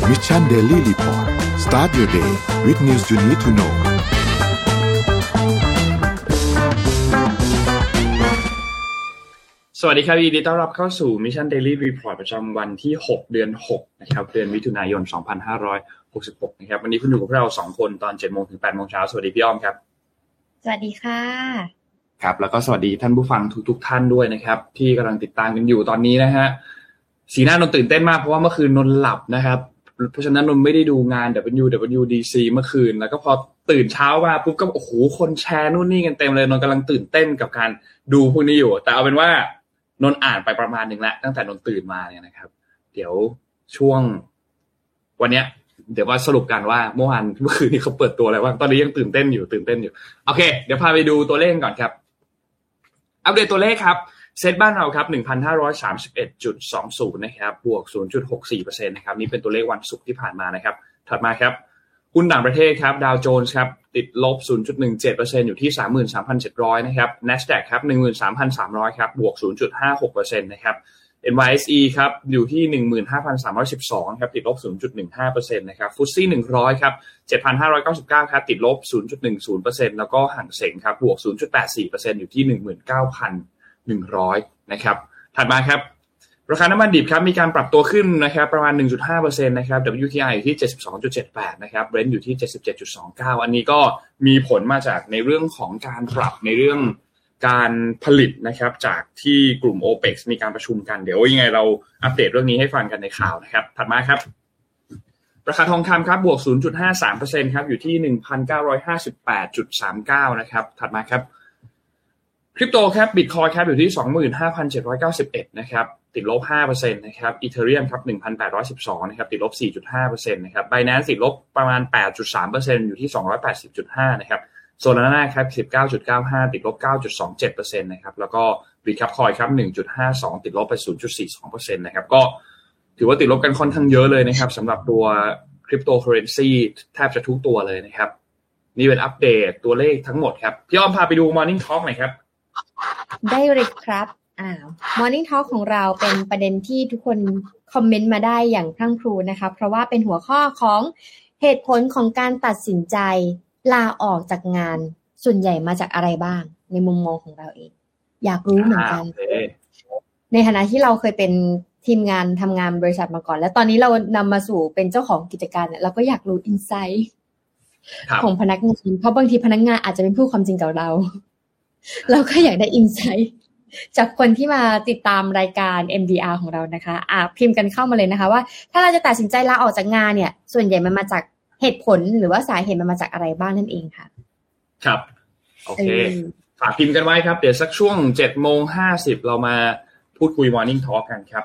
Mission Daily Report Start your day with news you need to know สวัสดีครับยินดีต้อนรับเข้าสู่ Mission Daily Report ประจำวันที่6เดือน6นะครับเดือนมิถุนายน2566นะครับวันนี้คุณอยู่กับเรา2คนตอน 7:00 นถึง 8:00 นสวัสดีพี่อ้อมครับสวัสดีค่ะครับแล้วก็สวัสดีท่านผู้ฟังทุกท่านด้วยนะครับที่กำลังติดตามกันอยู่ตอนนี้นะฮะสีหน้านนตื่นเต้นมากเพราะว่าเมื่อคืนนนหลับนะครับเพราะฉะนั้นนนไม่ได้ดูงาน WWDC เมื่อคืนแล้วก็พอตื่นเช้ามาปุ๊บก็โอ้โหคนแชร์นู่นนี่กันเต็มเลยนนกำลังตื่นเต้นกับการดูพวกนี้อยู่แต่เอาเป็นว่านนอ่านไปประมาณนึงแล้วตั้งแต่นนตื่นมาเนี่ยนะครับเดี๋ยวช่วงวันเนี้ยเดี๋ยวว่าสรุปกันว่าเมื่อคืนนี้เขาเปิดตัวอะไรบ้างตอนนี้ยังตื่นเต้นอยู่โอเคเดี๋ยวพาไปดูตัวเลขก่อนครับอัปเดตตัวเลขครับเซ็ตบ้านเราครับ 1,531.20 นะครับบวก 0.64% นะครับนี่เป็นตัวเลขวันศุกร์ที่ผ่านมานะครับถัดมาครับหุ้นต่างประเทศครับดาวโจนส์ครับติดลบ 0.17% อยู่ที่ 33,700 นะครับ NASDAQ ครับ 13,300 ครับบวก 0.56% นะครับ NYSE ครับอยู่ที่ 15,312 ครับติดลบ 0.15% นะครับ FTSE 100 ครับ 7,599 ครับติดลบ 0.10% แล้วก็หั่งเส็งครับบวก 0.84% อยู่ที่ 19,100 นะครับถัดมาครับราคาน้ำมันดิบครับมีการปรับตัวขึ้นนะครับประมาณ 1.5% นะครับ WTI อยู่ที่ 72.78 นะครับ Brent อยู่ที่ 77.29 อันนี้ก็มีผลมาจากในเรื่องของการปรับในเรื่องการผลิตนะครับจากที่กลุ่ม OPEC มีการประชุมกันเดี๋ยวยังไงเราอัปเดตเรื่องนี้ให้ฟังกันในข่าวนะครับถัดมาครับราคาทองคำครับบวก 0.53% ครับอยู่ที่ 1,958.39 นะครับถัดมาครับคริปโตครับ Bitcoin ครับอยู่ที่ 25,791 นะครับติดลบ 5% นะครับ Ethereum ครับ 1,812 นะครับติดลบ 4.5% นะครับ Binance ติดลบประมาณ 8.3% อยู่ที่ 280.5 นะครับ Solana ครับ 19.95 ติดลบ 9.27% นะครับแล้วก็ Bitcoin ครับ 1.52 ติดลบไป 0.42% นะครับก็ถือว่าติดลบกันค่อนข้างเยอะเลยนะครับสำหรับตัว Cryptocurrency แทบจะทุกตัวเลยนะครับนี่เป็นอัปเดตตัวเลขทั้งหมดครับพี่อ้อมพาไปดู Morning Talk หน่อยครับได้เลยครับMorning Talk ของเราเป็นประเด็นที่ทุกคนคอมเมนต์มาได้อย่างพรั่งพรูนะคะเพราะว่าเป็นหัวข้อของเหตุผลของการตัดสินใจลาออกจากงานส่วนใหญ่มาจากอะไรบ้างในมุมมองของเราเองอยากรู้เหมือนกันในฐานะที่เราเคยเป็นทีมงานทำงานบริษัทมาก่อนและตอนนี้เรานำมาสู่เป็นเจ้าของกิจการเนี่ยเราก็อยากรู้อินไซต์ของพนักงานเพราะบางทีพนักงานอาจจะเป็นผู้ความจริงกับเราก็อยากได้อินไซต์จากคนที่มาติดตามรายการ MDR ของเรานะคะพิมพ์กันเข้ามาเลยนะคะว่าถ้าเราจะตัดสินใจลาออกจากงานเนี่ยส่วนใหญ่มันมาจากเหตุผลหรือว่าสาเหตุมันมาจากอะไรบ้างนั่นเองค่ะครับโอเคฝากพิมพ์กันไว้ครับเดี๋ยวสักช่วง 7:50 เรามาพูดคุย Morning Talk กันครับ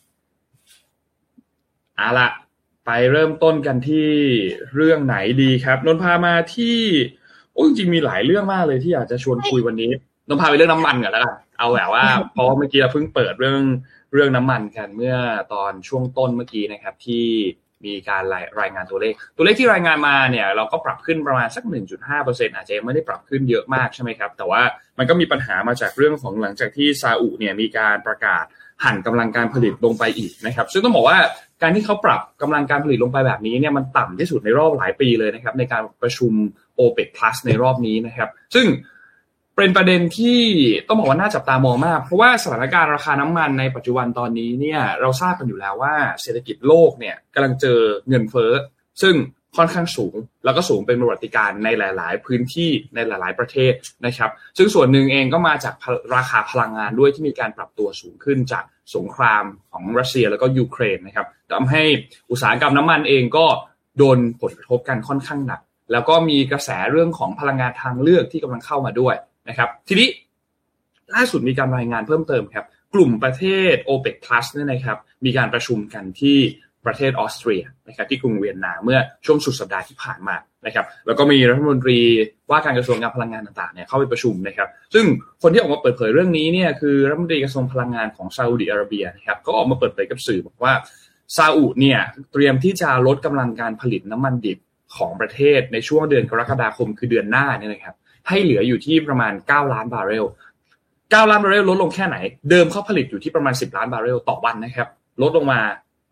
ล่ะไปเริ่มต้นกันที่เรื่องไหนดีครับนนท์พามาที่จริงๆมีหลายเรื่องมากเลยที่อยากจะชวนคุยวันนี้นนท์พาไปเรื่องน้ำมันก่อนแล้วกันเอาแบบว่าเพราะเมื่อกี้เราเพิ่งเปิดเรื่องน้ำมันกันเมื่อตอนช่วงต้นเมื่อกี้นะครับที่มีการรายงานตัวเลขที่รายงานมาเนี่ยเราก็ปรับขึ้นประมาณสัก 1.5% อาจจะไม่ได้ปรับขึ้นเยอะมากใช่ไหมครับแต่ว่ามันก็มีปัญหามาจากเรื่องของหลังจากที่ซาอุเนี่ยมีการประกาศหั่นกำลังการผลิตลงไปอีกนะครับซึ่งต้องบอกว่าการที่เขาปรับกำลังการผลิตลงไปแบบนี้เนี่ยมันต่ำที่สุดในรอบหลายปีเลยนะครับในการประชุม OPEC Plus ในรอบนี้นะครับซึ่งเป็นประเด็นที่ต้องบอกว่าน่าจับตามองมากเพราะว่าสถานการณ์ราคาน้ำมันในปัจจุบันตอนนี้เนี่ยเราทราบกันอยู่แล้วว่าเศรษฐกิจโลกเนี่ยกำลังเจอเงินเฟ้อซึ่งค่อนข้างสูงแล้วก็สูงเป็นประวัติการณ์ในหลายๆพื้นที่ในหลายๆประเทศนะครับซึ่งส่วนหนึ่งเองก็มาจากราคาพลังงานด้วยที่มีการปรับตัวสูงขึ้นจากสงครามของรัสเซียแล้วก็ยูเครนนะครับทำให้อุตสาหกรรมน้ำมันเองก็โดนผลกระทบกันค่อนข้างหนักแล้วก็มีกระแสเรื่องของพลังงานทางเลือกที่กำลังเข้ามาด้วยนะครับทีนี้ล่าสุดมีการรายงานเพิ่มเติมครับกลุ่มประเทศ OPEC Plus เนี่ยนะครับมีการประชุมกันที่ประเทศออสเตรียนะครับที่กรุงเวียนนาเมื่อช่วงสุดสัปดาห์ที่ผ่านมานะครับแล้วก็มีรัฐมนตรีว่าการกระทรวงการพลังงานต่างๆเนี่ยเข้าไปประชุมนะครับซึ่งคนที่ออกมาเปิดเผยเรื่องนี้เนี่ยคือรัฐมนตรีกระทรวงพลังงานของซาอุดิอาระเบียนะครับก็ออกมาเปิดเผยกับสื่อบอกว่าซาอุเนี่ยเตรียมที่จะลดกำลังการผลิตน้ำมันดิบของประเทศในช่วงเดือนกรกฎาคมคือเดือนหน้าเนี่ยนะครับให้เหลืออยู่ที่ประมาณ9ล้านบาร์เรล9ล้านบาร์เรลลดลงแค่ไหนเดิมเขาผลิตอยู่ที่ประมาณ10ล้านบาร์เรลต่อวันนะครับลดลงมา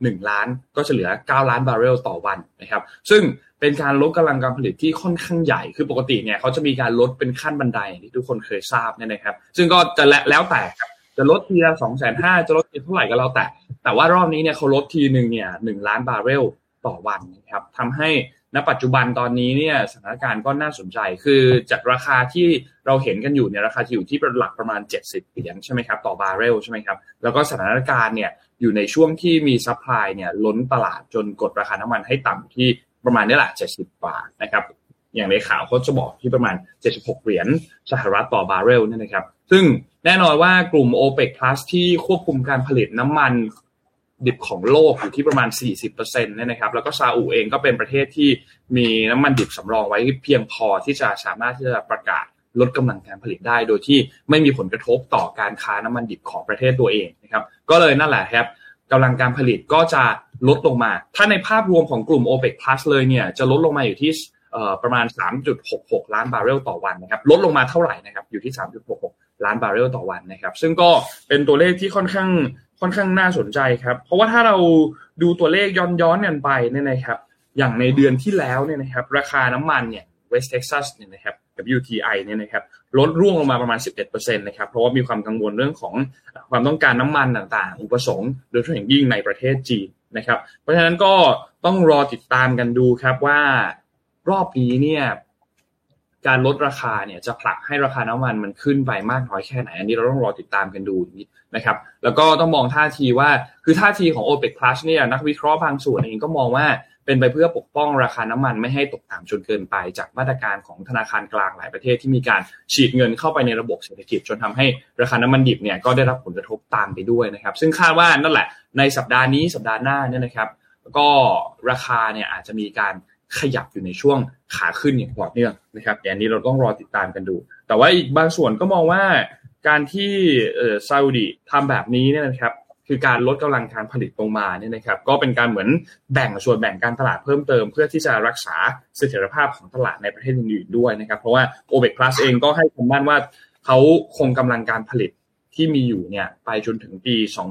1ล้านก็จะเหลือ9ล้านบาร์เรลต่อวันนะครับซึ่งเป็นการลดกำลังการผลิตที่ค่อนข้างใหญ่คือปกติเนี่ยเขาจะมีการลดเป็นขั้นบันไดที่ทุกคนเคยทราบเนี่ยนะครับซึ่งก็จะแล้วแต่ครับจะลดทีละ 250,000 จะลดทีเท่าไหร่ก็แล้วแต่ว่ารอบนี้เนี่ยเขาลดทีนึงเนี่ย1ล้านบาร์เรลต่อวันนะครับทำให้ณปัจจุบันตอนนี้เนี่ยสถานการณ์ก็น่าสนใจคือจากราคาที่เราเห็นกันอยู่เนี่ยราคาอยู่ที่หลักประมาณ70เหรียญใช่ไหมครับต่อบาร์เรลใช่ไหมครับแล้วก็สถานการณ์เนี่ยอยู่ในช่วงที่มีซัพพลายเนี่ยล้นตลาดจนกดราคาน้ำมันให้ต่ำที่ประมาณนี้แหละ70 บาทนะครับอย่างในข่าวเขาจะบอกที่ประมาณ76เหรียญสหรัฐต่อบาร์เรลเนี่ยนะครับซึ่งแน่นอนว่ากลุ่ม OPEC Plus ที่ควบคุมการผลิตน้ำมันดิบของโลกอยู่ที่ประมาณ 40% เนี่ยนะครับแล้วก็ซาอุเองก็เป็นประเทศที่มีน้ำมันดิบสำรองไว้เพียงพอที่จะสามารถที่จะประกาศลดกำลังการผลิตได้โดยที่ไม่มีผลกระทบต่อการค้าน้ำมันดิบของประเทศตัวเองนะครับก็เลยนั่นแหละครับกำลังการผลิตก็จะลดลงมาถ้าในภาพรวมของกลุ่ม OPEC Plus เลยเนี่ยจะลดลงมาอยู่ที่ประมาณ 3.66 ล้านบาร์เรลต่อวันนะครับลดลงมาเท่าไหร่นะครับอยู่ที่ 3.66 ล้านบาร์เรลต่อวันนะครับซึ่งก็เป็นตัวเลขที่ค่อนข้างน่าสนใจครับเพราะว่าถ้าเราดูตัวเลขย้อนกันไปเนี่ยนะครับอย่างในเดือนที่แล้วเนี่ยนะครับราคาน้ำมันเนี่ย West Texas เนี่ยนะครับ WTI เนี่ยนะครับลดร่วงลงมาประมาณ 11% นะครับเพราะว่ามีความกังวลเรื่องของความต้องการน้ำมันต่างๆอุปสงค์โดยเฉพาะอย่างยิ่งในประเทศจีนนะครับเพราะฉะนั้นก็ต้องรอติดตามกันดูครับว่ารอบนี้เนี่ยการลดราคาเนี่ยจะผลักให้ราคาน้ำมันมันขึ้นไปมากน้อยแค่ไหนอันนี้เราต้องรอติดตามกันดูนะครับแล้วก็ต้องมองท่าทีว่าคือท่าทีของ OPEC Plus เนี่ยนักวิเคราะห์บางส่วนเองก็มองว่าเป็นไปเพื่อปกป้องราคาน้ำมันไม่ให้ตกต่ำจนเกินไปจากมาตรการของธนาคารกลางหลายประเทศที่มีการฉีดเงินเข้าไปในระบบเศรษฐกิจจนทำให้ราคาน้ำมันดิบเนี่ยก็ได้รับผลกระทบตามไปด้วยนะครับซึ่งคาดว่านั่นแหละในสัปดาห์นี้สัปดาห์หน้าเนี่ยนะครับก็ราคาเนี่ยอาจจะมีการขยับอยู่ในช่วงขาขึ้นอย่างต่อเนื่องนะครับอย่างนี้เราต้องรอติดตามกันดูแต่ว่าอีกบางส่วนก็มองว่าการที่ซาอุดิทำแบบนี้เนี่ยนะครับคือการลดกำลังการผลิตลงมาเนี่ยนะครับก็เป็นการเหมือนแบ่งส่วนแบ่งการตลาดเพิ่มเติมเพื่อที่จะรักษาเสถียรภาพของตลาดในประเทศอื่นๆด้วยนะครับเพราะว่า OPEC Plus เองก็ให้คำมั่นว่าเขาคงกำลังการผลิตที่มีอยู่เนี่ยไปจนถึงปี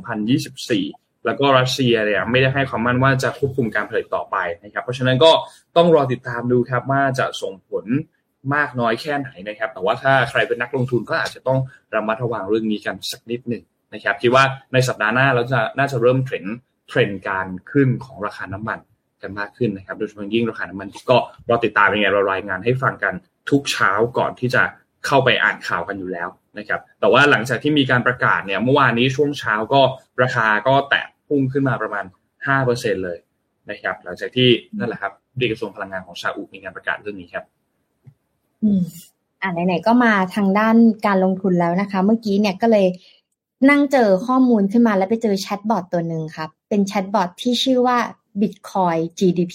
2024แล้วก็รัสเซียเนี่ยไม่ได้ให้ความมั่นว่าจะควบคุมการผลิตต่อไปนะครับเพราะฉะนั้นก็ต้องรอติดตามดูครับว่าจะส่งผลมากน้อยแค่ไหนนะครับแต่ว่าถ้าใครเป็นนักลงทุนก็อาจจะต้องระมัดระวังเรื่องนี้กันสักนิดนึงนะครับคิดว่าในสัปดาห์หน้าเราน่าจะเริ่มเทรนด์การขึ้นของราคาน้ำมันกันมากขึ้นนะครับโดยเฉพาะยิ่งราคาน้ำมันก็รอติดตามยังไงเรารายงานให้ฟังกันทุกเช้าก่อนที่จะเข้าไปอ่านข่าวกันอยู่แล้วนะครับแต่ว่าหลังจากที่มีการประกาศเนี่ยเมื่อวานนี้ช่วงเช้าก็ราคาก็แตะพุ่งขึ้นมาประมาณ 5% เลยนะครับหลังจากที่นั่นแหละครับดีกระทรวงพลังงานของซาอุมีการประกาศเรื่องนี้ครับไหนๆก็มาทางด้านการลงทุนแล้วนะคะเมื่อกี้เนี่ยก็เลยนั่งเจอข้อมูลขึ้นมาแล้วไปเจอแชทบอทตัวหนึ่งครับเป็นแชทบอทที่ชื่อว่า Bitcoin GDP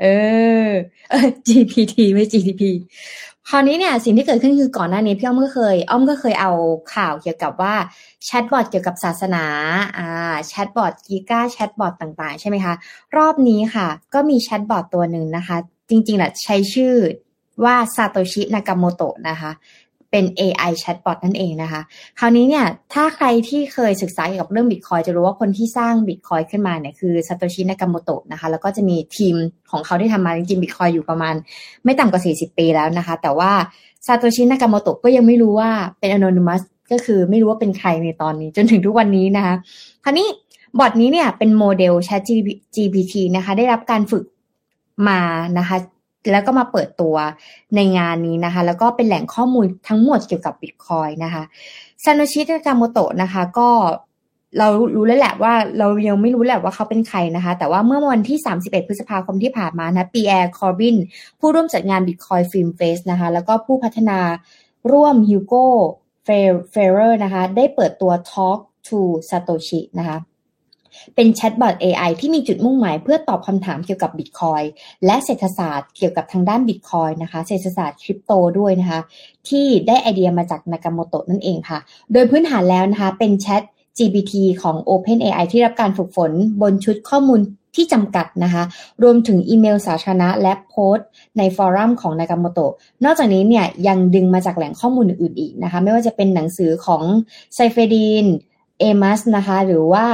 GPT ไม่ GDP คราวนี้เนี่ยสิ่งที่เกิดขึ้นคือก่อนหน้านี้พี่อ้อมก็เคยเอาข่าวเกี่ยวกับว่าแชทบอทเกี่ยวกับศาสนาแชทบอทกิก้าแชทบอทต่างๆใช่ไหมคะรอบนี้ค่ะก็มีแชทบอทตัวหนึ่งนะคะจริงๆแหละใช้ชื่อว่าซาโตชินากาโมโตะนะคะเป็น AI chatbot นั่นเองนะคะคราวนี้เนี่ยถ้าใครที่เคยศึกษาเกี่ยวกับเรื่อง Bitcoin จะรู้ว่าคนที่สร้าง Bitcoin ขึ้นมาเนี่ยคือซาโตชินากาโมโตะนะคะแล้วก็จะมีทีมของเขาที่ทำมาจริงๆ Bitcoin อยู่ประมาณไม่ต่ำกว่า40ปีแล้วนะคะแต่ว่าซาโตชินากาโมโตะก็ยังไม่รู้ว่าเป็น anonymous ก็คือไม่รู้ว่าเป็นใครในตอนนี้จนถึงทุกวันนี้นะคะคราวนี้บอทนี้เนี่ยเป็นโมเดล ChatGPT นะคะได้รับการฝึกมานะคะแล้วก็มาเปิดตัวในงานนี้นะคะแล้วก็เป็นแหล่งข้อมูลทั้งหมดเกี่ยวกับ Bitcoin นะคะซาโตชิ นากาโมโตะนะคะก็เรารู้แล้วแหละว่าเรายังไม่รู้แหละว่าเขาเป็นใครนะคะแต่ว่าเมื่อวันที่31พฤษภาคมที่ผ่านมานะปีแอร์คอร์บินผู้ร่วมจัดงาน Bitcoin Film Fest นะคะแล้วก็ผู้พัฒนาร่วม Hugo Ferrer นะคะได้เปิดตัว Talk to Satoshi นะคะเป็นแชทบอท AI ที่มีจุดมุ่งหมายเพื่อตอบคำถามเกี่ยวกับ Bitcoin และเศรษฐศาสตร์เกี่ยวกับทางด้าน Bitcoin นะคะเศรษฐศาสตร์คริปโตด้วยนะคะที่ได้ไอเดียมาจากนากาโมโตะนั่นเองค่ะโดยพื้นฐานแล้วนะคะเป็นแชท GPT ของ OpenAI ที่รับการฝึกฝนบนชุดข้อมูลที่จำกัดนะคะรวมถึงอีเมลสาธารณะและโพสต์ในฟอรัมของนากาโมโตะนอกจากนี้เนี่ยยังดึงมาจากแหล่งข้อมูลอื่นๆอีกนะคะไม่ว่าจะเป็นหนังสือของไซเฟดีนเอมัสนะคะหรือว่า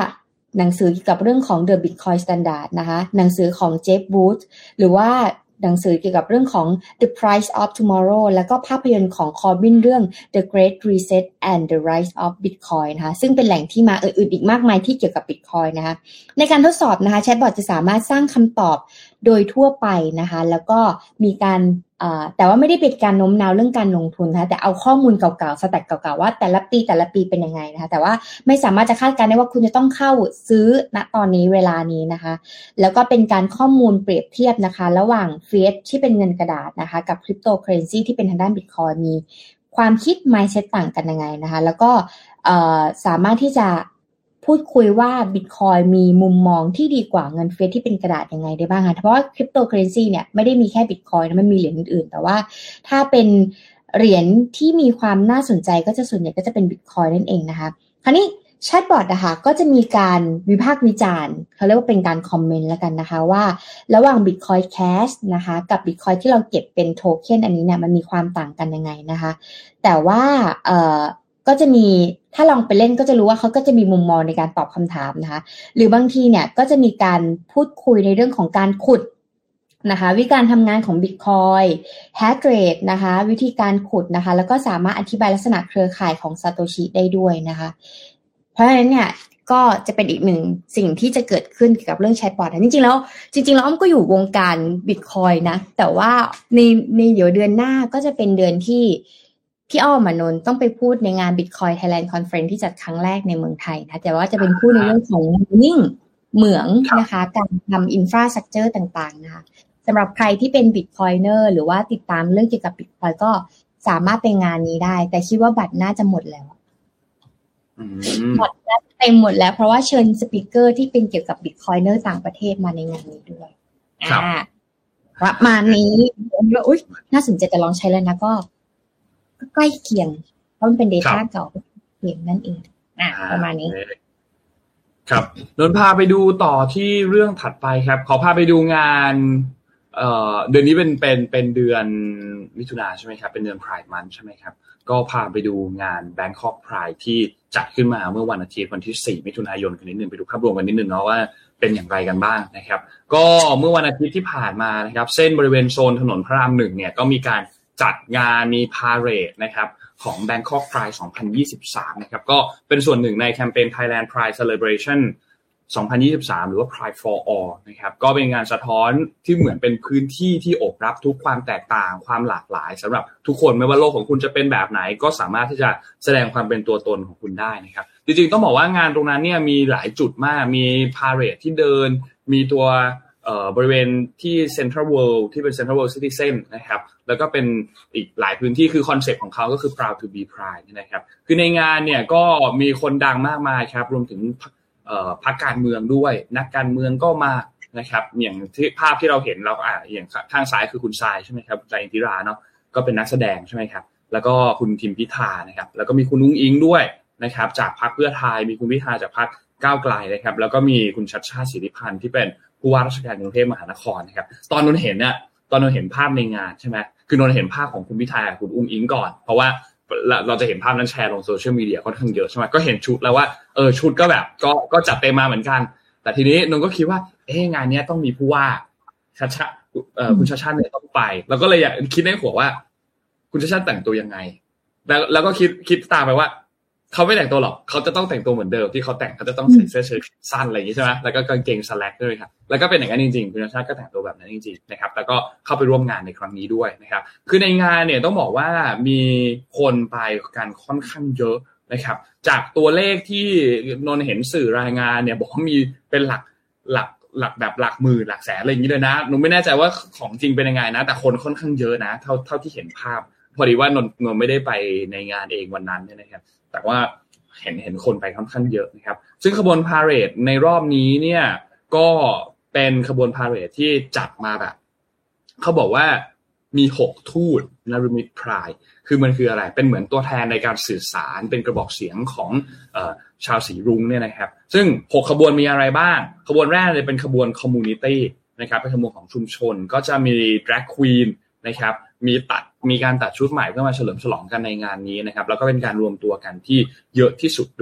หนังสือเกี่ยวกับเรื่องของ The Bitcoin Standard นะคะหนังสือของ Jeff Woods หรือว่าหนังสือเกี่ยวกับเรื่องของ The Price of Tomorrow แล้วก็ภาพยนตร์ของ Corbin เรื่อง The Great Reset and the Rise of Bitcoin นะคะซึ่งเป็นแหล่งที่มาอื่นๆอีกมากมายที่เกี่ยวกับ Bitcoin นะคะในการทดสอบนะคะแชทบอทจะสามารถสร้างคำตอบโดยทั่วไปนะคะแล้วก็มีการแต่ว่าไม่ได้เป็นการโน้มน้าวเรื่องการลงทุนนะคะแต่เอาข้อมูลเก่าๆสแต็กเก่าๆว่าแต่ละปีเป็นยังไงนะคะแต่ว่าไม่สามารถจะคาดการณ์ได้ว่าคุณจะต้องเข้าซื้อณตอนนี้เวลานี้นะคะแล้วก็เป็นการข้อมูลเปรียบเทียบนะคะระหว่างเฟียสที่เป็นเงินกระดาษนะคะกับคริปโตเคอเรนซีที่เป็นทางด้าน Bitcoin มีความคิด mindset ต่างกันยังไงนะคะแล้วก็สามารถที่จะพูดคุยว่า Bitcoin มีมุมมองที่ดีกว่าเงินเฟ้อที่เป็นกระดาษยังไงได้บ้างคะเพราะว่าคริปโตเคอเรนซีเนี่ยไม่ได้มีแค่ Bitcoin นะมันมีเหรียญอื่นๆแต่ว่าถ้าเป็นเหรียญที่มีความน่าสนใจก็จะส่วนใหญ่ก็จะเป็น Bitcoin นั่นเองนะคะคราวนี้แชทบอทนะคะก็จะมีการวิพากษ์วิจารณ์เขาเรียกว่าเป็นการคอมเมนต์แล้วกันนะคะว่าระหว่าง Bitcoin Cash นะคะกับ Bitcoin ที่เราเก็บเป็นโทเค็นอันนี้เนี่ยมันมีความต่างกันยังไงนะคะแต่ว่าก็จะมีถ้าลองไปเล่นก็จะรู้ว่าเขาก็จะมีมุมมองในการตอบคำถามนะคะหรือบางทีเนี่ยก็จะมีการพูดคุยในเรื่องของการขุดนะคะวิธีการทำงานของ Bitcoin hash rate นะคะวิธีการขุดนะคะแล้วก็สามารถอธิบายลักษณะเครือข่ายของ Satoshi ได้ด้วยนะคะเพราะฉะนั้นเนี่ยก็จะเป็นอีกหนึ่งสิ่งที่จะเกิดขึ้นเกี่ยวกับเรื่องแชทบอทจริงๆแล้วอ้อมก็อยู่วงการ Bitcoin นะแต่ว่าในเดี๋ยวเดือนหน้าก็จะเป็นเดือนที่พี่อ้อมนนท์ต้องไปพูดในงาน Bitcoin Thailand Conference ที่จัดครั้งแรกในเมืองไทยนะแต่ว่าจะเป็นพูดในเรื่องของ mining เหมืองนะคะการทำ infrastructure ต่างๆนะคะสำหรับใครที่เป็น Bitcoiner หรือว่าติดตามเรื่องเกี่ยวกับ Bitcoin ก็สามารถไปงานนี้ได้แต่คิดว่าบัตรน่าจะหมดแล้วบัตรน่าจะเต็มหมดแล้วเพราะว่าเชิญสปีกเกอร์ที่เป็นเกี่ยวกับ Bitcoiner ต่างประเทศมาในงานนี้ด้วยประมาณนี้อุ๊ยน่าสนใจจะลองใช้แล้วนะก็ใกล้เคียงเพราะมันเป็น data เก่าเพียงนั่นเองประมาณนี้ครับนนพาไปดูต่อที่เรื่องถัดไปครับขอพาไปดูงานเดือนนี้เป็นเดือนมิถุนายนใช่ไหมครับเป็นเดือน Pride Month ใช่ไหมครับก็พาไปดูงาน Bangkok Pride ที่จัดขึ้นมาเมื่อวันอาทิตย์วันที่4มิถุนายนกันนิดนึงไปดูภาพรวมกันนิดนึงเนาะว่าเป็นอย่างไรกันบ้างนะครับก็เมื่อวันอาทิตย์ที่ผ่านมานะครับเส้นบริเวณโซนถนนพระราม1เนี่ยก็มีการจัดงานมีพาเหรดนะครับของ Bangkok Pride 2023นะครับก็เป็นส่วนหนึ่งในแคมเปญ Thailand Pride Celebration 2023หรือว่า Pride for All นะครับก็เป็นงานสะท้อนที่เหมือนเป็นพื้นที่ที่โอบรับทุกความแตกต่างความหลากหลายสำหรับทุกคนไม่ว่าโลกของคุณจะเป็นแบบไหนก็สามารถที่จะแสดงความเป็นตัวตนของคุณได้นะครับจริงๆต้องบอกว่างานตรงนั้นเนี่ยมีหลายจุดมากมีพาเหรดที่เดินมีตัวบริเวณที่ Central World ที่เป็น Central World Citizen นะครับแล้วก็เป็นอีกหลายพื้นที่คือคอนเซ็ปต์ของเขาก็คือ Proud to be Pride นะครับคือในงานเนี่ยก็มีคนดังมากมายครับรวมถึงพรรคการเมืองด้วยนักการเมืองก็มานะครับอย่างที่ภาพที่เราเห็นเราอย่างข้างซ้ายคือคุณทรายใช่ไหมครับใจอินทิราเนาะก็เป็นนักแสดงใช่ไหมครับแล้วก็คุณทิมพิธานะครับแล้วก็มีคุณนุ้งอิงด้วยนะครับจากพรรคเพื่อไทยมีคุณพิธาจากพรรคก้าวไกลนะครับแล้วก็มีคุณชัชชาติสิทธิพันธ์ที่เป็นผู้ว่าราชการกรุงเทพมหานครนะครับตอนนนเห็นภาพในงานใช่ไหมคือนนเห็นภาพของคุณพิธาคุณอุ้งอิงก่อนเพราะว่าเราจะเห็นภาพนั้นแชร์ลงโซเชียลมีเดียค่อนข้างเยอะใช่ไหมก็เห็นชุดแล้วว่าชุดก็แบบก็จัดเต็มมาเหมือนกันแต่ทีนี้นนก็คิดว่างานนี้ต้องมีผู้ว่าคุณชัชชาติเนี่ยต้องไปแล้วก็เลยอยากคิดในหัวว่าคุณชัชชาติแต่งตัวยังไงแล้วก็คิดตามไปว่าเขาไม่แต่งตัวหรอกเขาจะต้องแต่งตัวเหมือนเดิมที่เขาแต่งเขาจะต้องใส่เสื้อเชิ้ตสั้นอะไรอย่างนี้ใช่ไหมแล้วก็กางเกงสแล็กด้วยครับแล้วก็เป็นอย่างนั้นจริงๆคุณชัชชาติก็แต่งตัวแบบนั้นจริงๆนะครับแล้วก็เข้าไปร่วมงานในครั้งนี้ด้วยนะครับคือในงานเนี่ยต้องบอกว่ามีคนไปกันค่อนข้างเยอะนะครับจากตัวเลขที่นนเห็นสื่อรายงานเนี่ยบอกว่ามีเป็นหลักแบบหลักหมื่นหลักแสนอะไรอย่างนี้เลยนะนนไม่แน่ใจว่าของจริงเป็นยังไงนะแต่คนค่อนข้างเยอะนะเท่าที่เห็นภาพพอดีว่านนไม่ได้ไปในงานเองวันนั้นนะครับแต่ว่าเห็นคนไปค่อนข้างเยอะนะครับซึ่งขบวนพาเหรดในรอบนี้เนี่ยก็เป็นขบวนพาเหรดที่จัดมาแบบเขาบอกว่ามี6ทูตนฤมิตพรายคือมันคืออะไรเป็นเหมือนตัวแทนในการสื่อสารเป็นกระบอกเสียงของชาวสีรุ้งเนี่ยนะครับซึ่ง6ขบวนมีอะไรบ้างขบวนแรกเลยเป็นขบวนคอมมูนิตี้นะครับเป็นขบวนของชุมชนก็จะมี drag queen นะครับมีการตัดชุดใหม่เพื่อมาเฉลิมฉลองกันในงานนี้นะครับแล้วก็เป็นการรวมตัวกันที่เยอะที่สุดด้วย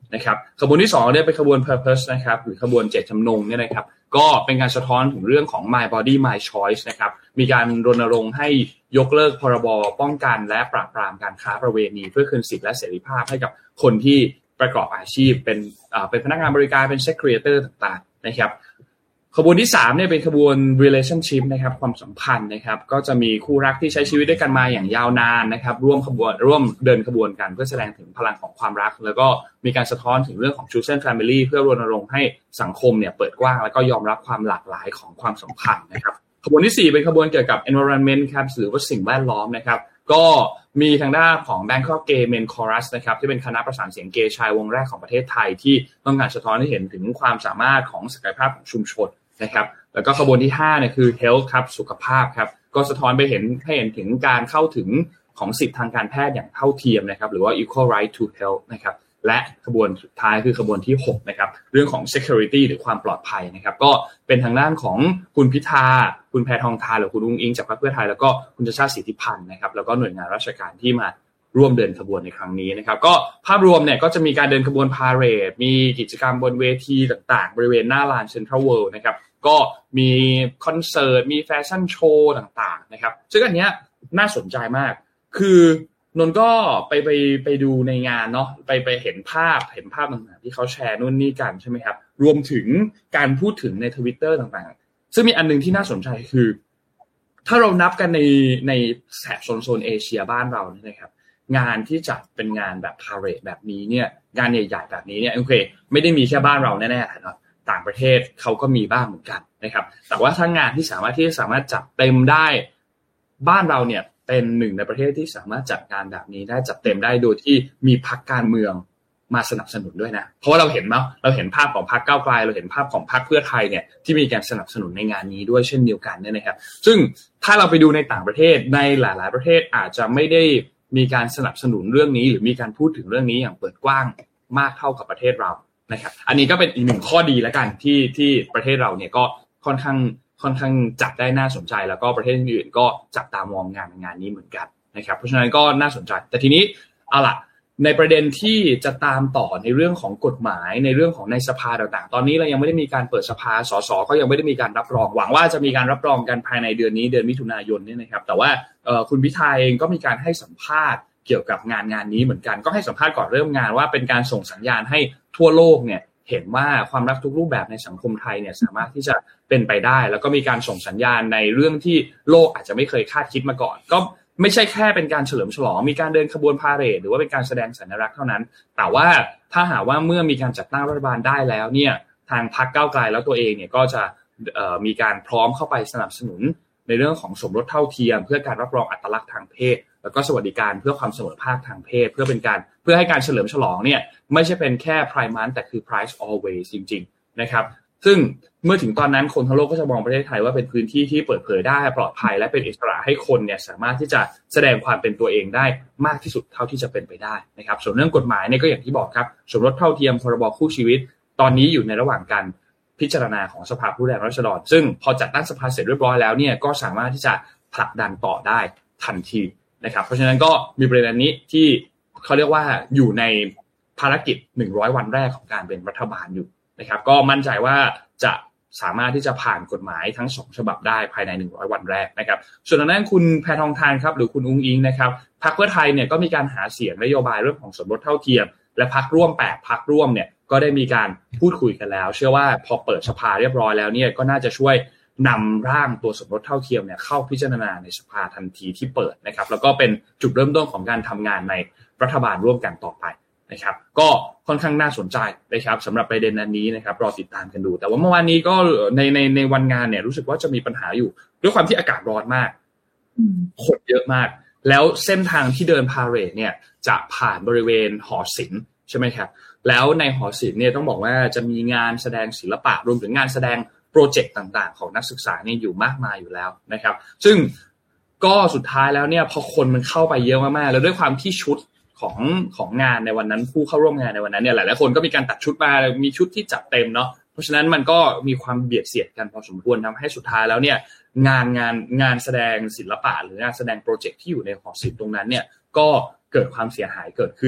นะครับขบวนที่2เนี่ยเป็นขบวน Purpose นะครับหรือขบวนเจตจำนงเนี่ยนะครับก็เป็นการสะท้อนถึงเรื่องของ My Body My Choice นะครับมีการรณรงค์ให้ยกเลิกพรบป้องกันและปราบปรามการค้าประเวณีเพื่อคืนสิทธิและเสรีภาพให้กับคนที่ประกอบอาชีพเป็นพนักงานบริการเป็น Sex Creator ต่างๆนะครับขบวนที่3เนี่ยเป็นขบวน relationship นะครับความสัมพันธ์นะครับก็จะมีคู่รักที่ใช้ชีวิตด้วยกันมาอย่างยาวนานนะครับร่วมเดินขบวนกันเพื่อแสดงถึงพลังของความรักแล้วก็มีการสะท้อนถึงเรื่องของ chosen family เพื่อรณรงค์ให้สังคมเนี่ยเปิดกว้างแล้วก็ยอมรับความหลากหลายของความสัมพันธ์นะครับขบวนที่4เป็นขบวนเกี่ยวกับ environment ครับหรือว่าสิ่งแวดล้อมนะครับก็มีทางด้านของ Bangkok Gay Men Chorus นะครับที่เป็นคณะประสานเสียงเกย์ชายวงแรกของประเทศไทยที่ต้องการสะท้อนให้เห็นถึงความสามารถของศักยภาพของชุมชนนะครับแล้วก็ขบวนที่5เนี่ยคือ health ครับสุขภาพครับก็สะท้อนให้เห็นถึงการเข้าถึงของสิทธิทางการแพทย์อย่างเท่าเทียมนะครับหรือว่า equal right to health นะครับและขบวนสุดท้ายคือขบวนที่6นะครับเรื่องของ security หรือความปลอดภัยนะครับก็เป็นทางด้านของคุณพิธาคุณแพทองธารหรือคุณอุ้งอิงจากพรรคเพื่อไทยแล้วก็คุณชาติชาติสิทธิพันธ์นะครับแล้วก็หน่วยงานราชการที่มาร่วมเดินขบวนในครั้งนี้นะครับก็ภาพรวมเนี่ยก็จะมีการเดินขบวนพาเหรดมีกิจกรรมบนเวทีต่างๆบริเวณหน้าลานเซ็นทรัลเวิลด์นะครับก็มีคอนเสิร์ตมีแฟชั่นโชว์ต่างๆนะครับซึ่งอันเนี้ยน่าสนใจมากคือนนก็ไปดูในงานเนาะไปเห็นภาพต่างๆที่เขาแชร์นู่นนี่กันใช่ไหมครับรวมถึงการพูดถึงใน Twitter ต่างๆซึ่งมีอันนึงที่น่าสนใจคือถ้าเรานับกันในแถบโซนเอเชียบ้านเราเนี่ยนะครับงานที่จัดเป็นงานแบบพาเหรดแบบนี้เนี่ยงานใหญ่ๆแบบนี้เนี่ยโอเคไม่ได้มีแค่บ้านเราแน่ๆนะต่างประเทศเขาก็มีบ้างเหมือนกันนะครับแต่ว่าถ้างานที่สามารถจัดเต็มได้บ้านเราเนี่ยเป็นหนึ่งในประเทศที่สามารถจัดงานแบบนี้ได้จัดเต็มได้โดยที่มีพรรคการเมืองมาสนับสนุนด้วยนะเพราะว่าเราเห็นภาพของพรรคก้าวไกลเราเห็นภาพของพรรคเพื่อไทยเนี่ยที่มีการสนับสนุนในงานนี้ด้วยเช่นเดียวกันเนี่ยนะครับซึ่งถ้าเราไปดูในต่างประเทศในหลายๆประเทศอาจจะไม่ได้มีการสนับสนุนเรื่องนี้หรือมีการพูดถึงเรื่องนี้อย่างเปิดกว้างมากเท่ากับประเทศเรานะครับอันนี้ก็เป็นอีกหนึ่งข้อดีแล้วกันที่ประเทศเราเนี่ยก็ค่อนข้างจับได้น่าสนใจแล้วก็ประเทศอื่นๆก็จับตามองงานนี้เหมือนกันนะครับเพราะฉะนั้นก็น่าสนใจแต่ทีนี้เอาล่ะในประเด็นที่จะตามต่อในเรื่องของกฎหมายในเรื่องของในสภาต่างๆตอนนี้เรายังไม่ได้มีการเปิดสภาสสก็ยังไม่ได้มีการรับรองหวังว่าจะมีการรับรองกันภายในเดือนมิถุนายนเนี่ยนะครับแต่ว่าคุณพิธาเองก็มีการให้สัมภาษณ์เกี่ยวกับงานนี้เหมือนกันก็ให้สัมภาษณ์ก่อนเริ่มงานว่าเป็นการส่งสัญญาณให้ทั่วโลกเนี่ยเห็นว่าความรักทุกรูปแบบในสังคมไทยเนี่ยสามารถที่จะเป็นไปได้แล้วก็มีการส่งสัญญาณในเรื่องที่โลกอาจจะไม่เคยคาดคิดมาก่อนก็ไม่ใช่แค่เป็นการเฉลิมฉลองมีการเดินขบวนพาเหรดหรือว่าเป็นการแสดงสัญลักษณ์เท่านั้นแต่ว่าถ้าหากว่าเมื่อมีการจัดตั้งรัฐบาลได้แล้วเนี่ยทางพรรคก้าวไกลแล้วตัวเองเนี่ยก็จะมีการพร้อมเข้าไปสนับสนุนในเรื่องของสมรสเท่าเทียมเพื่อการรับรองอัตลักษณ์ทางเพศแล้วก็สวัสดิการเพื่อความเสมอภาคทางเพศเพื่อให้การเฉลิมฉลองเนี่ยไม่ใช่เป็นแค่ Pride Month แต่คือ Pride Always จริงๆนะครับซึ่งเมื่อถึงตอนนั้นคนทั้งโลกก็จะมองประเทศไทยว่าเป็นพื้นที่ที่เปิดเผยได้ปลอดภัยและเป็นอิสระให้คนเนี่ยสามารถที่จะแสดงความเป็นตัวเองได้มากที่สุดเท่าที่จะเป็นไปได้นะครับส่วนเรื่องกฎหมายเนี่ยก็อย่างที่บอกครับสมรสเท่าเทียมพรบคู่ชีวิตตอนนี้อยู่ในระหว่างการพิจารณาของสภาผู้แทนราษฎรซึ่งพอจัดตั้งสภาเสร็จเรียบร้อยแล้วเนี่ยก็สามารถที่จะผลักดันต่อได้ทันทีนะครับเพราะฉะนั้นก็มีประเด็นนี้ที่เขาเรียกว่าอยู่ในภารกิจ100วันแรกของการเป็นรัฐบาลอยู่นะครับก็มั่นใจว่าจะสามารถที่จะผ่านกฎหมายทั้ง2ฉบับได้ภายใน100วันแรกนะครับส่วนทางด้านคุณแพทองธารครับหรือคุณอุ้งอิงนะครับพรรคเพื่อไทยเนี่ยก็มีการหาเสียงนโยบายเรื่องของสมรสเท่าเทียมและพรรคร่วม8พรรคร่วมเนี่ยก็ได้มีการพูดคุยกันแล้วเชื่อว่าพอเปิดสภาเรียบร้อยแล้วเนี่ยก็น่าจะช่วยนำร่างตัวสมรสเท่าเทียมเนี่ยเข้าพิจารณาในสภาทันทีที่เปิดนะครับแล้วก็เป็นจุดเริ่มต้นของการทำงานในรัฐบาลร่วมกันต่อไปนะครับก็ค่อนข้างน่าสนใจนะครับสำหรับประเด็นอันนี้นะครับรอติดตามกันดูแต่ว่าเมื่อวานนี้ก็ในวันงานเนี่ยรู้สึกว่าจะมีปัญหาอยู่ด้วยความที่อากาศร้อนมากคนเยอะมากแล้วเส้นทางที่เดินพาเหรดเนี่ยจะผ่านบริเวณหอศิลป์ใช่ไหมครับแล้วในหอศิลป์เนี่ยต้องบอกว่าจะมีงานแสดงศิลปะรวมถึงงานแสดงโปรเจกต์ต่างๆของนักศึกษาเนี่ยอยู่มากมายอยู่แล้วนะครับซึ่งก็สุดท้ายแล้วเนี่ยพอคนมันเข้าไปเยอะมากๆแล้วด้วยความที่ชุดของงานในวันนั้นผู้เข้าร่วมงานในวันนั้นเนี่ยหลายๆคนก็มีการตัดชุดมามีชุดที่จัดเต็มเนาะเพราะฉะนั้นมันก็มีความเบียดเสียดกันพอสมควรทำให้สุดท้ายแล้วเนี่ยงานแสดงศิลปะหรืองานแสดงโปรเจกต์ที่อยู่ในหอศิลป์ตรงนั้นเนี่ยก็เกิดความเสียหายเกิดขึ้น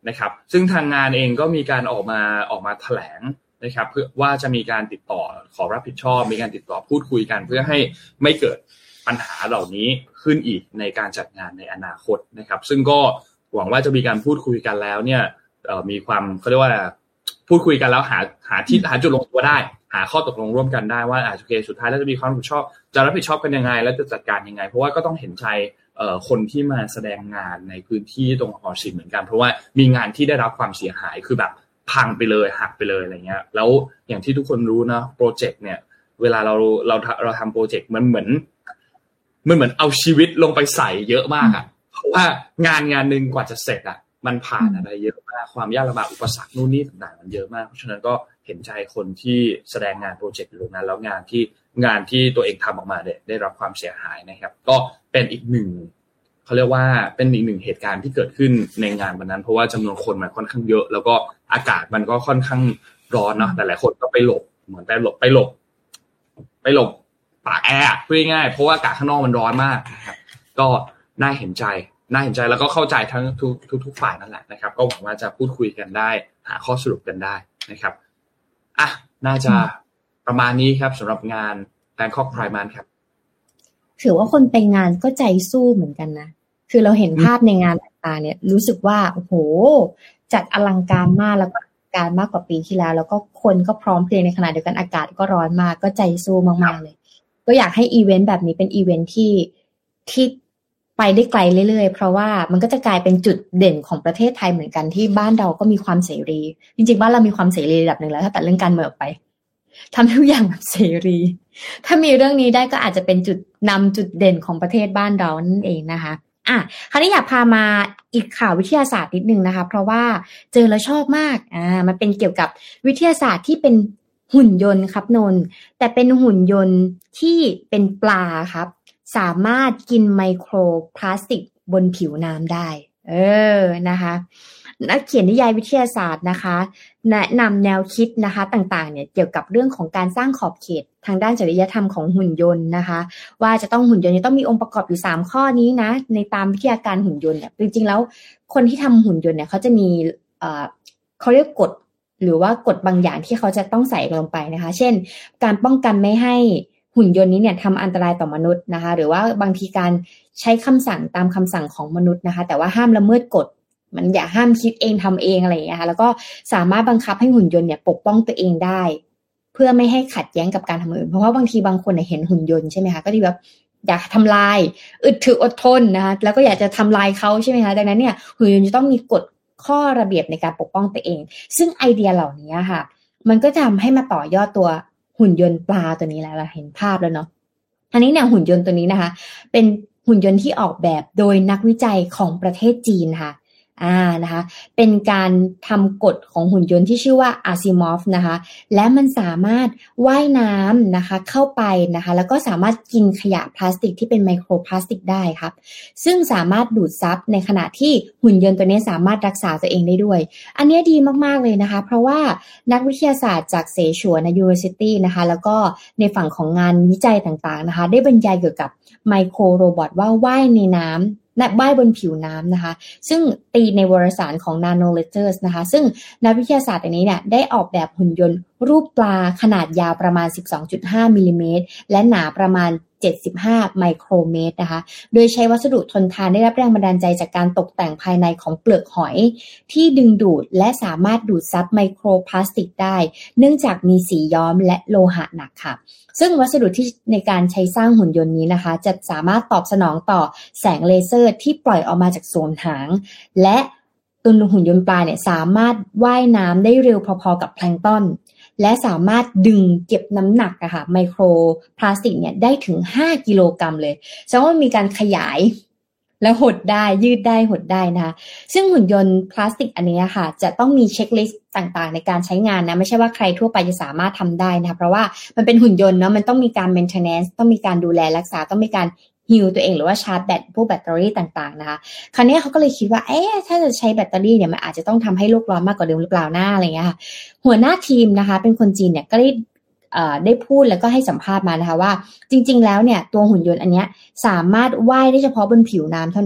นะครับซึ่งทางงานเองก็มีการออกมาแถลงนะครับเพื่อว่าจะมีการติดต่อขอรับผิดชอบมีการติดต่อพูดคุยกันเพื่อให้ไม่เกิดปัญหาเหล่านี้ขึ้นอีกในการจัดงานในอนาคตนะครับซึ่งก็หวังว่าจะมีการพูดคุยกันแล้วเนี่ยมีความเขาเรียกว่าพูดคุยกันแล้วหาจุดลงตัวได้หาข้อตกลงร่วมกันได้ว่าโอเคสุดท้ายแล้วจะมีความรับผิดชอบจะรับผิดชอบกันยังไงและจะจัดการยังไงเพราะว่าก็ต้องเห็นใจคนที่มาแสดงงานในพื้นที่ตรงหอศิลป์เหมือนกันเพราะว่ามีงานที่ได้รับความเสียหายคือแบบพังไปเลยหักไปเลยอะไรเงี้ยแล้วอย่างที่ทุกคนรู้นะโปรเจกต์เนี่ยเวลาเราทำโปรเจกต์มันเหมือนเอาชีวิตลงไปใส่เยอะมากอ่ะเพราะว่างานนึงกว่าจะเสร็จอ่ะมันผ่านอะไรเยอะมากความยากลำบากอุปสรรคนู่นนี่ต่างๆมันเยอะมากเพราะฉะนั้นก็เห็นใจคนที่แสดงงานโปรเจกต์อยู่ตรงนั้นแล้วงานที่ตัวเองทำออกมาได้รับความเสียหายนะครับก็เป็นอีกหนึ่งเขาเรียกว่าเป็นอีกหนึ่งเหตุการณ์ที่เกิดขึ้นในงานวันนั้นเพราะว่าจำนวนคนมันค่อนข้างเยอะแล้วก็อากาศมันก็ค่อนข้างร้อนเนาะแต่หลายคนก็ไปหลบเหมือนไปหลบปากแอร์พูดง่ายๆเพราะว่าอากาศข้างนอกมันร้อนมากนะครับก็น่าเห็นใจแล้วก็เข้าใจทั้งทุกฝ่ายนั่นแหละนะครับก็หวังว่าจะพูดคุยกันได้หาข้อสรุปกันได้นะครับน่าจะประมาณนี้ครับสำหรับงาน Bangkok Pride Month ครับถือว่าคนไปงานก็ใจสู้เหมือนกันนะคือเราเห็นภาพในงานต่างๆเนี่ยรู้สึกว่าโอ้โหจัดอลังการมากแล้วก็การมากกว่าปีที่แล้วแล้วก็คนก็พร้อมเพรียงในขณะเดียวกันอากาศก็ร้อนมากก็ใจสู้มากๆเลยก็อยากให้อีเวนต์แบบนี้เป็นอีเวนต์ที่ไปได้ไกลเรื่อยๆเพราะว่ามันก็จะกลายเป็นจุดเด่นของประเทศไทยเหมือนกันที่บ้านเราก็มีความเสรีจริงๆบ้านเรามีความเสรีระดับหนึ่งแล้วถ้าตัดเรื่องการเมืองออกไปทำทุกอย่างแบบเสรีถ้ามีเรื่องนี้ได้ก็อาจจะเป็นจุดนำจุดเด่นของประเทศบ้านเรานั่นเองนะคะคราวนี้อยากพามาอีกข่าววิทยาศาสตร์นิดนึงนะคะเพราะว่าเจอแล้วชอบมากมันเป็นเกี่ยวกับวิทยาศาสตร์ที่เป็นหุ่นยนต์ครับนนท์แต่เป็นหุ่นยนต์ที่เป็นปลาครับสามารถกินไมโครพลาสติกบนผิวน้ำได้นะคะนักเขียนนิยายวิทยาศาสตร์นะคะแนะนำแนวคิดนะคะต่างๆเนี่ยเกี่ยวกับเรื่องของการสร้างขอบเขตทางด้านจริยธรรมของหุ่นยนต์นะคะว่าจะต้องหุ่นยนต์ต้องมีองค์ประกอบอยู่3ข้อนี้นะในตามวิทยาการหุ่นยนต์เนี่ยจริงๆแล้วคนที่ทำหุ่นยนต์เนี่ยเขาจะมีเขาเรียกกฎหรือว่ากฎบางอย่างที่เขาจะต้องใส่ลงไปนะคะเช่นการป้องกันไม่ให้หุ่นยนต์นี้เนี่ยทำอันตรายต่อมนุษย์นะคะหรือว่าบางทีการใช้คำสั่งตามคำสั่งของมนุษย์นะคะแต่ว่าห้ามละเมิดกฎมันอย่าห้ามคิดเองทำเองอะไรอย่างเงี้ยค่ะแล้วก็สามารถบังคับให้หุ่นยนต์เนี่ยปกป้องตัวเองได้เพื่อไม่ให้ขัดแย้งกับการทำอื่นเพราะว่าบางทีบางคนเห็นหุ่นยนต์ใช่ไหมคะก็ที่แบบอยากทำลายอึดถึกอดทนนะคะแล้วก็อยากจะทำลายเขาใช่ไหมคะดังนั้นเนี่ยหุ่นยนต์จะต้องมีกฎข้อระเบียบในการปกป้องตัวเองซึ่งไอเดียเหล่านี้ค่ะมันก็จะทำให้มาต่อยอดตัวหุ่นยนต์ปลาตัวนี้แล้วเราเห็นภาพแล้วเนาะอันนี้เนี่ยหุ่นยนต์ตัวนี้นะคะเป็นหุ่นยนต์ที่ออกแบบโดยนักวิจัยของประเทศจีนค่ะนะคะเป็นการทำกฎของหุ่นยนต์ที่ชื่อว่า Asimov นะคะและมันสามารถว่ายน้ำนะคะเข้าไปนะคะแล้วก็สามารถกินขยะพลาสติกที่เป็นไมโครพลาสติกได้ครับซึ่งสามารถดูดซับในขณะที่หุ่นยนต์ตัวนี้สามารถรักษาตัวเองได้ด้วยอันนี้ดีมากๆเลยนะคะเพราะว่านักวิทยาศาสตร์จากเสฉวน University นะคะแล้วก็ในฝั่งของงานวิจัยต่างๆนะคะได้บรรยายเกี่ยวกับไมโครโรบอทว่าว่ายในน้ำว่ายบนผิวน้ำนะคะซึ่งตีในวารสารของ Nanoletters นะคะซึ่งนักวิทยาศาสตร์อันนี้เนี่ยได้ออกแบบหุ่นยนต์รูปปลาขนาดยาวประมาณ 12.5 มิลลิเมตรและหนาประมาณ75ไมโครเมตรนะคะโดยใช้วัสดุทนทานได้รับแรงบันดาลใจจากการตกแต่งภายในของเปลือกหอยที่ดึงดูดและสามารถดูดซับไมโครพลาสติกได้เนื่องจากมีสีย้อมและโลหะหนักค่ะซึ่งวัสดุที่ในการใช้สร้างหุ่นยนต์นี้นะคะจะสามารถตอบสนองต่อแสงเลเซอร์ที่ปล่อยออกมาจากโซนหางและตัวหุ่นยนต์ปลาเนี่ยสามารถว่ายน้ำได้เร็วพอๆกับแพลงก์ตอนและสามารถดึงเก็บน้ำหนักอะค่ะไมโครพลาสติกเนี่ยได้ถึง5กิโลกรัมเลยแสดงว่ามีการขยายและหดได้ยืดได้หดได้นะคะซึ่งหุ่นยนต์พลาสติกอันนี้ค่ะจะต้องมีเช็คลิสต์ต่างๆในการใช้งานนะไม่ใช่ว่าใครทั่วไปจะสามารถทำได้นะคะเพราะว่ามันเป็นหุ่นยนต์เนาะมันต้องมีการ maintenance ต้องมีการดูแลรักษาต้องมีการฮิลตัวเองหรือว่าชาร์จแบตพวกแบตเตอรี่ต่างๆนะคะคราวนี้เขาก็เลยคิดว่าถ้าจะใช้แบตเตอรี่เนี่ยมันอาจจะต้องทำให้โลกร้อนมากกว่าเดิมหรือเปล่าหน้าอะไรเงี้ยค่ะหัวหน้าทีมนะคะเป็นคนจีนเนี่ยก็ได้พูดแล้วก็ให้สัมภาษณ์มานะคะว่าจริงๆแล้วเนี่ยตัวหุ่นยนต์อันเนี้ยสามารถว่ายได้เฉพาะบนผิวน้ำเท่านั้น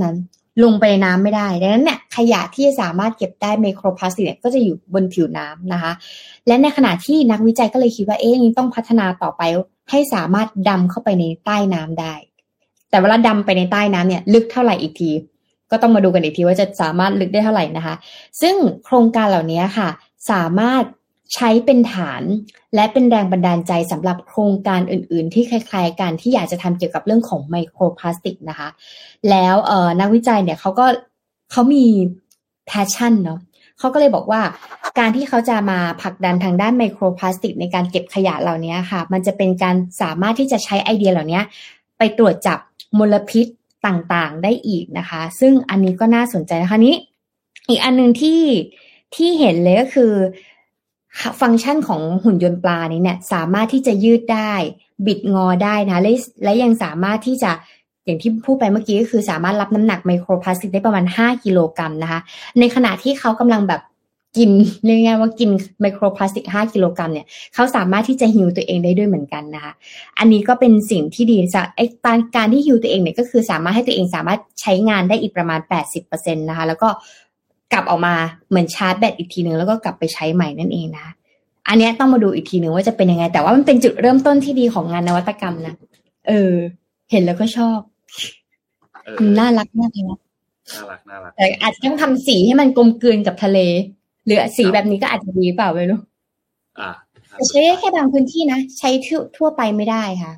ลงไปในน้ำไม่ได้ดังนั้นเนี่ยขยะที่สามารถเก็บได้ไมโครพลาสติกเนี่ยก็จะอยู่บนผิวน้ำนะคะและในขณะที่นักวิจัยก็เลยคิดว่านี่ต้องพัฒนาต่อไปให้สามารถดำเข้าไปในใต้น้ำได้แต่เวลาดำไปในใต้น้ำเนี่ยลึกเท่าไหร่อีกทีก็ต้องมาดูกันอีกทีว่าจะสามารถลึกได้เท่าไหร่นะคะซึ่งโครงการเหล่านี้ค่ะสามารถใช้เป็นฐานและเป็นแรงบันดาลใจสำหรับโครงการอื่นๆที่คล้ายๆกันที่อยากจะทำเกี่ยวกับเรื่องของไมโครพลาสติกนะคะแล้วนักวิจัยเนี่ยเขามี passion เนาะเขาก็เลยบอกว่าการที่เขาจะมาผลักดันทางด้านไมโครพลาสติกในการเก็บขยะเหล่านี้ค่ะมันจะเป็นการสามารถที่จะใช้ไอเดียเหล่านี้ไปตรวจจับมลพิษต่างๆได้อีกนะคะซึ่งอันนี้ก็น่าสนใจนะคะนี้อีกอันนึงที่เห็นเลยก็คือฟังก์ชันของหุ่นยนต์ปลานี้เนี่ยสามารถที่จะยืดได้บิดงอได้นะและยังสามารถที่จะอย่างที่พูดไปเมื่อกี้ก็คือสามารถรับน้ำหนักไมโครพลาสติกได้ประมาณ5กิโลกรัมนะคะในขณะที่เขากำลังแบบกินเรียกง่ายๆว่ากินไมโครพลาสติก5กิโลกรัมเนี่ยเขาสามารถที่จะฮีลตัวเองได้ด้วยเหมือนกันนะคะอันนี้ก็เป็นสิ่งที่ดีการที่ฮีลตัวเองเนี่ยก็คือสามารถให้ตัวเองสามารถใช้งานได้อีกประมาณ 80% นะคะแล้วก็กลับออกมาเหมือนชาร์จแบตอีกทีนึงแล้วก็กลับไปใช้ใหม่นั่นเองนะอันนี้ต้องมาดูอีกทีนึงว่าจะเป็นยังไงแต่ว่ามันเป็นจุดเริ่มต้นที่ดีของงานนวัตกรรมนะเห็นแล้วก็ชอบน่ารักมากเลยนะน่ารักแต่อาจจะต้องทำสีให้มันกลมกลืนกับทะเลหรือสีแบบนี้ก็อาจจะดีเปล่าไม่รู้แต่ใช้แค่บางพื้นที่นะใช้ทั่วไปไม่ได้ค่ะ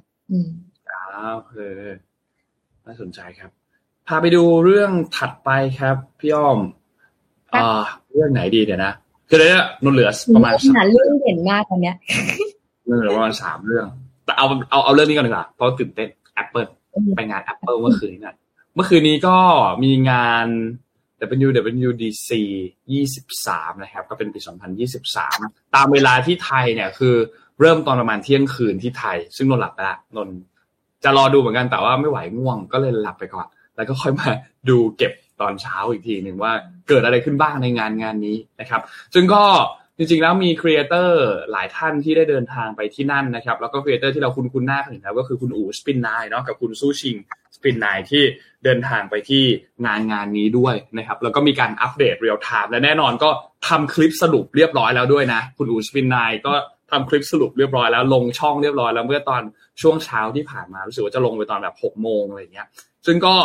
น่าสนใจครับพาไปดูเรื่องถัดไปครับพี่อ้อมเรื่องไหนดีเดี๋ยวนะคือเนี่ยนนเหลือประมาณ 3เรื่องเด่นมากตอนเนี้ยเหลือประมาณ3เรื่องแต่เอาเรื่องนี้ก่อนดีกว่าเพราะตื่นเต้น Apple ไปงาน Apple เมื่อคืนนี้ก็มีงาน WWDC 23นะครับก็เป็นปี2023ตามเวลาที่ไทยเนี่ยคือเริ่มตอนประมาณเที่ยงคืนที่ไทยซึ่งนนหลับไปละนนจะรอดูเหมือนกันแต่ว่าไม่ไหวง่วงก็เลยหลับไปก่อนแล้วก็ค่อยมาดูเก็บตอนเช้าอีกทีนึงว่าเกิดอะไรขึ้นบ้างในงานนี้นะครับซึ่งก็จริงๆแล้วมีครีเอเตอร์หลายท่านที่ได้เดินทางไปที่นั่นนะครับแล้วก็ครีเอเตอร์ที่เราคุ้นหน้ากันอยู่แล้วก็คือคุณอู๋สปินไนน์เนาะกับคุณซู่ชิงสปินไนน์ที่เดินทางไปที่งานนี้ด้วยนะครับแล้วก็มีการอัปเดตเรียลไทม์และแน่นอนก็ทำคลิปสรุปเรียบร้อยแล้วด้วยนะคุณอู๋สปินไนน์ก็ทำคลิปสรุปเรียบร้อยแล้วลงช่องเรียบร้อยแล้วเมื่อตอนช่วงเช้าที่ผ่านมารู้สึกว่าจะลงไปตอนแบบ 6:00 นอะไรอย่างเงี้ยซึ่งก็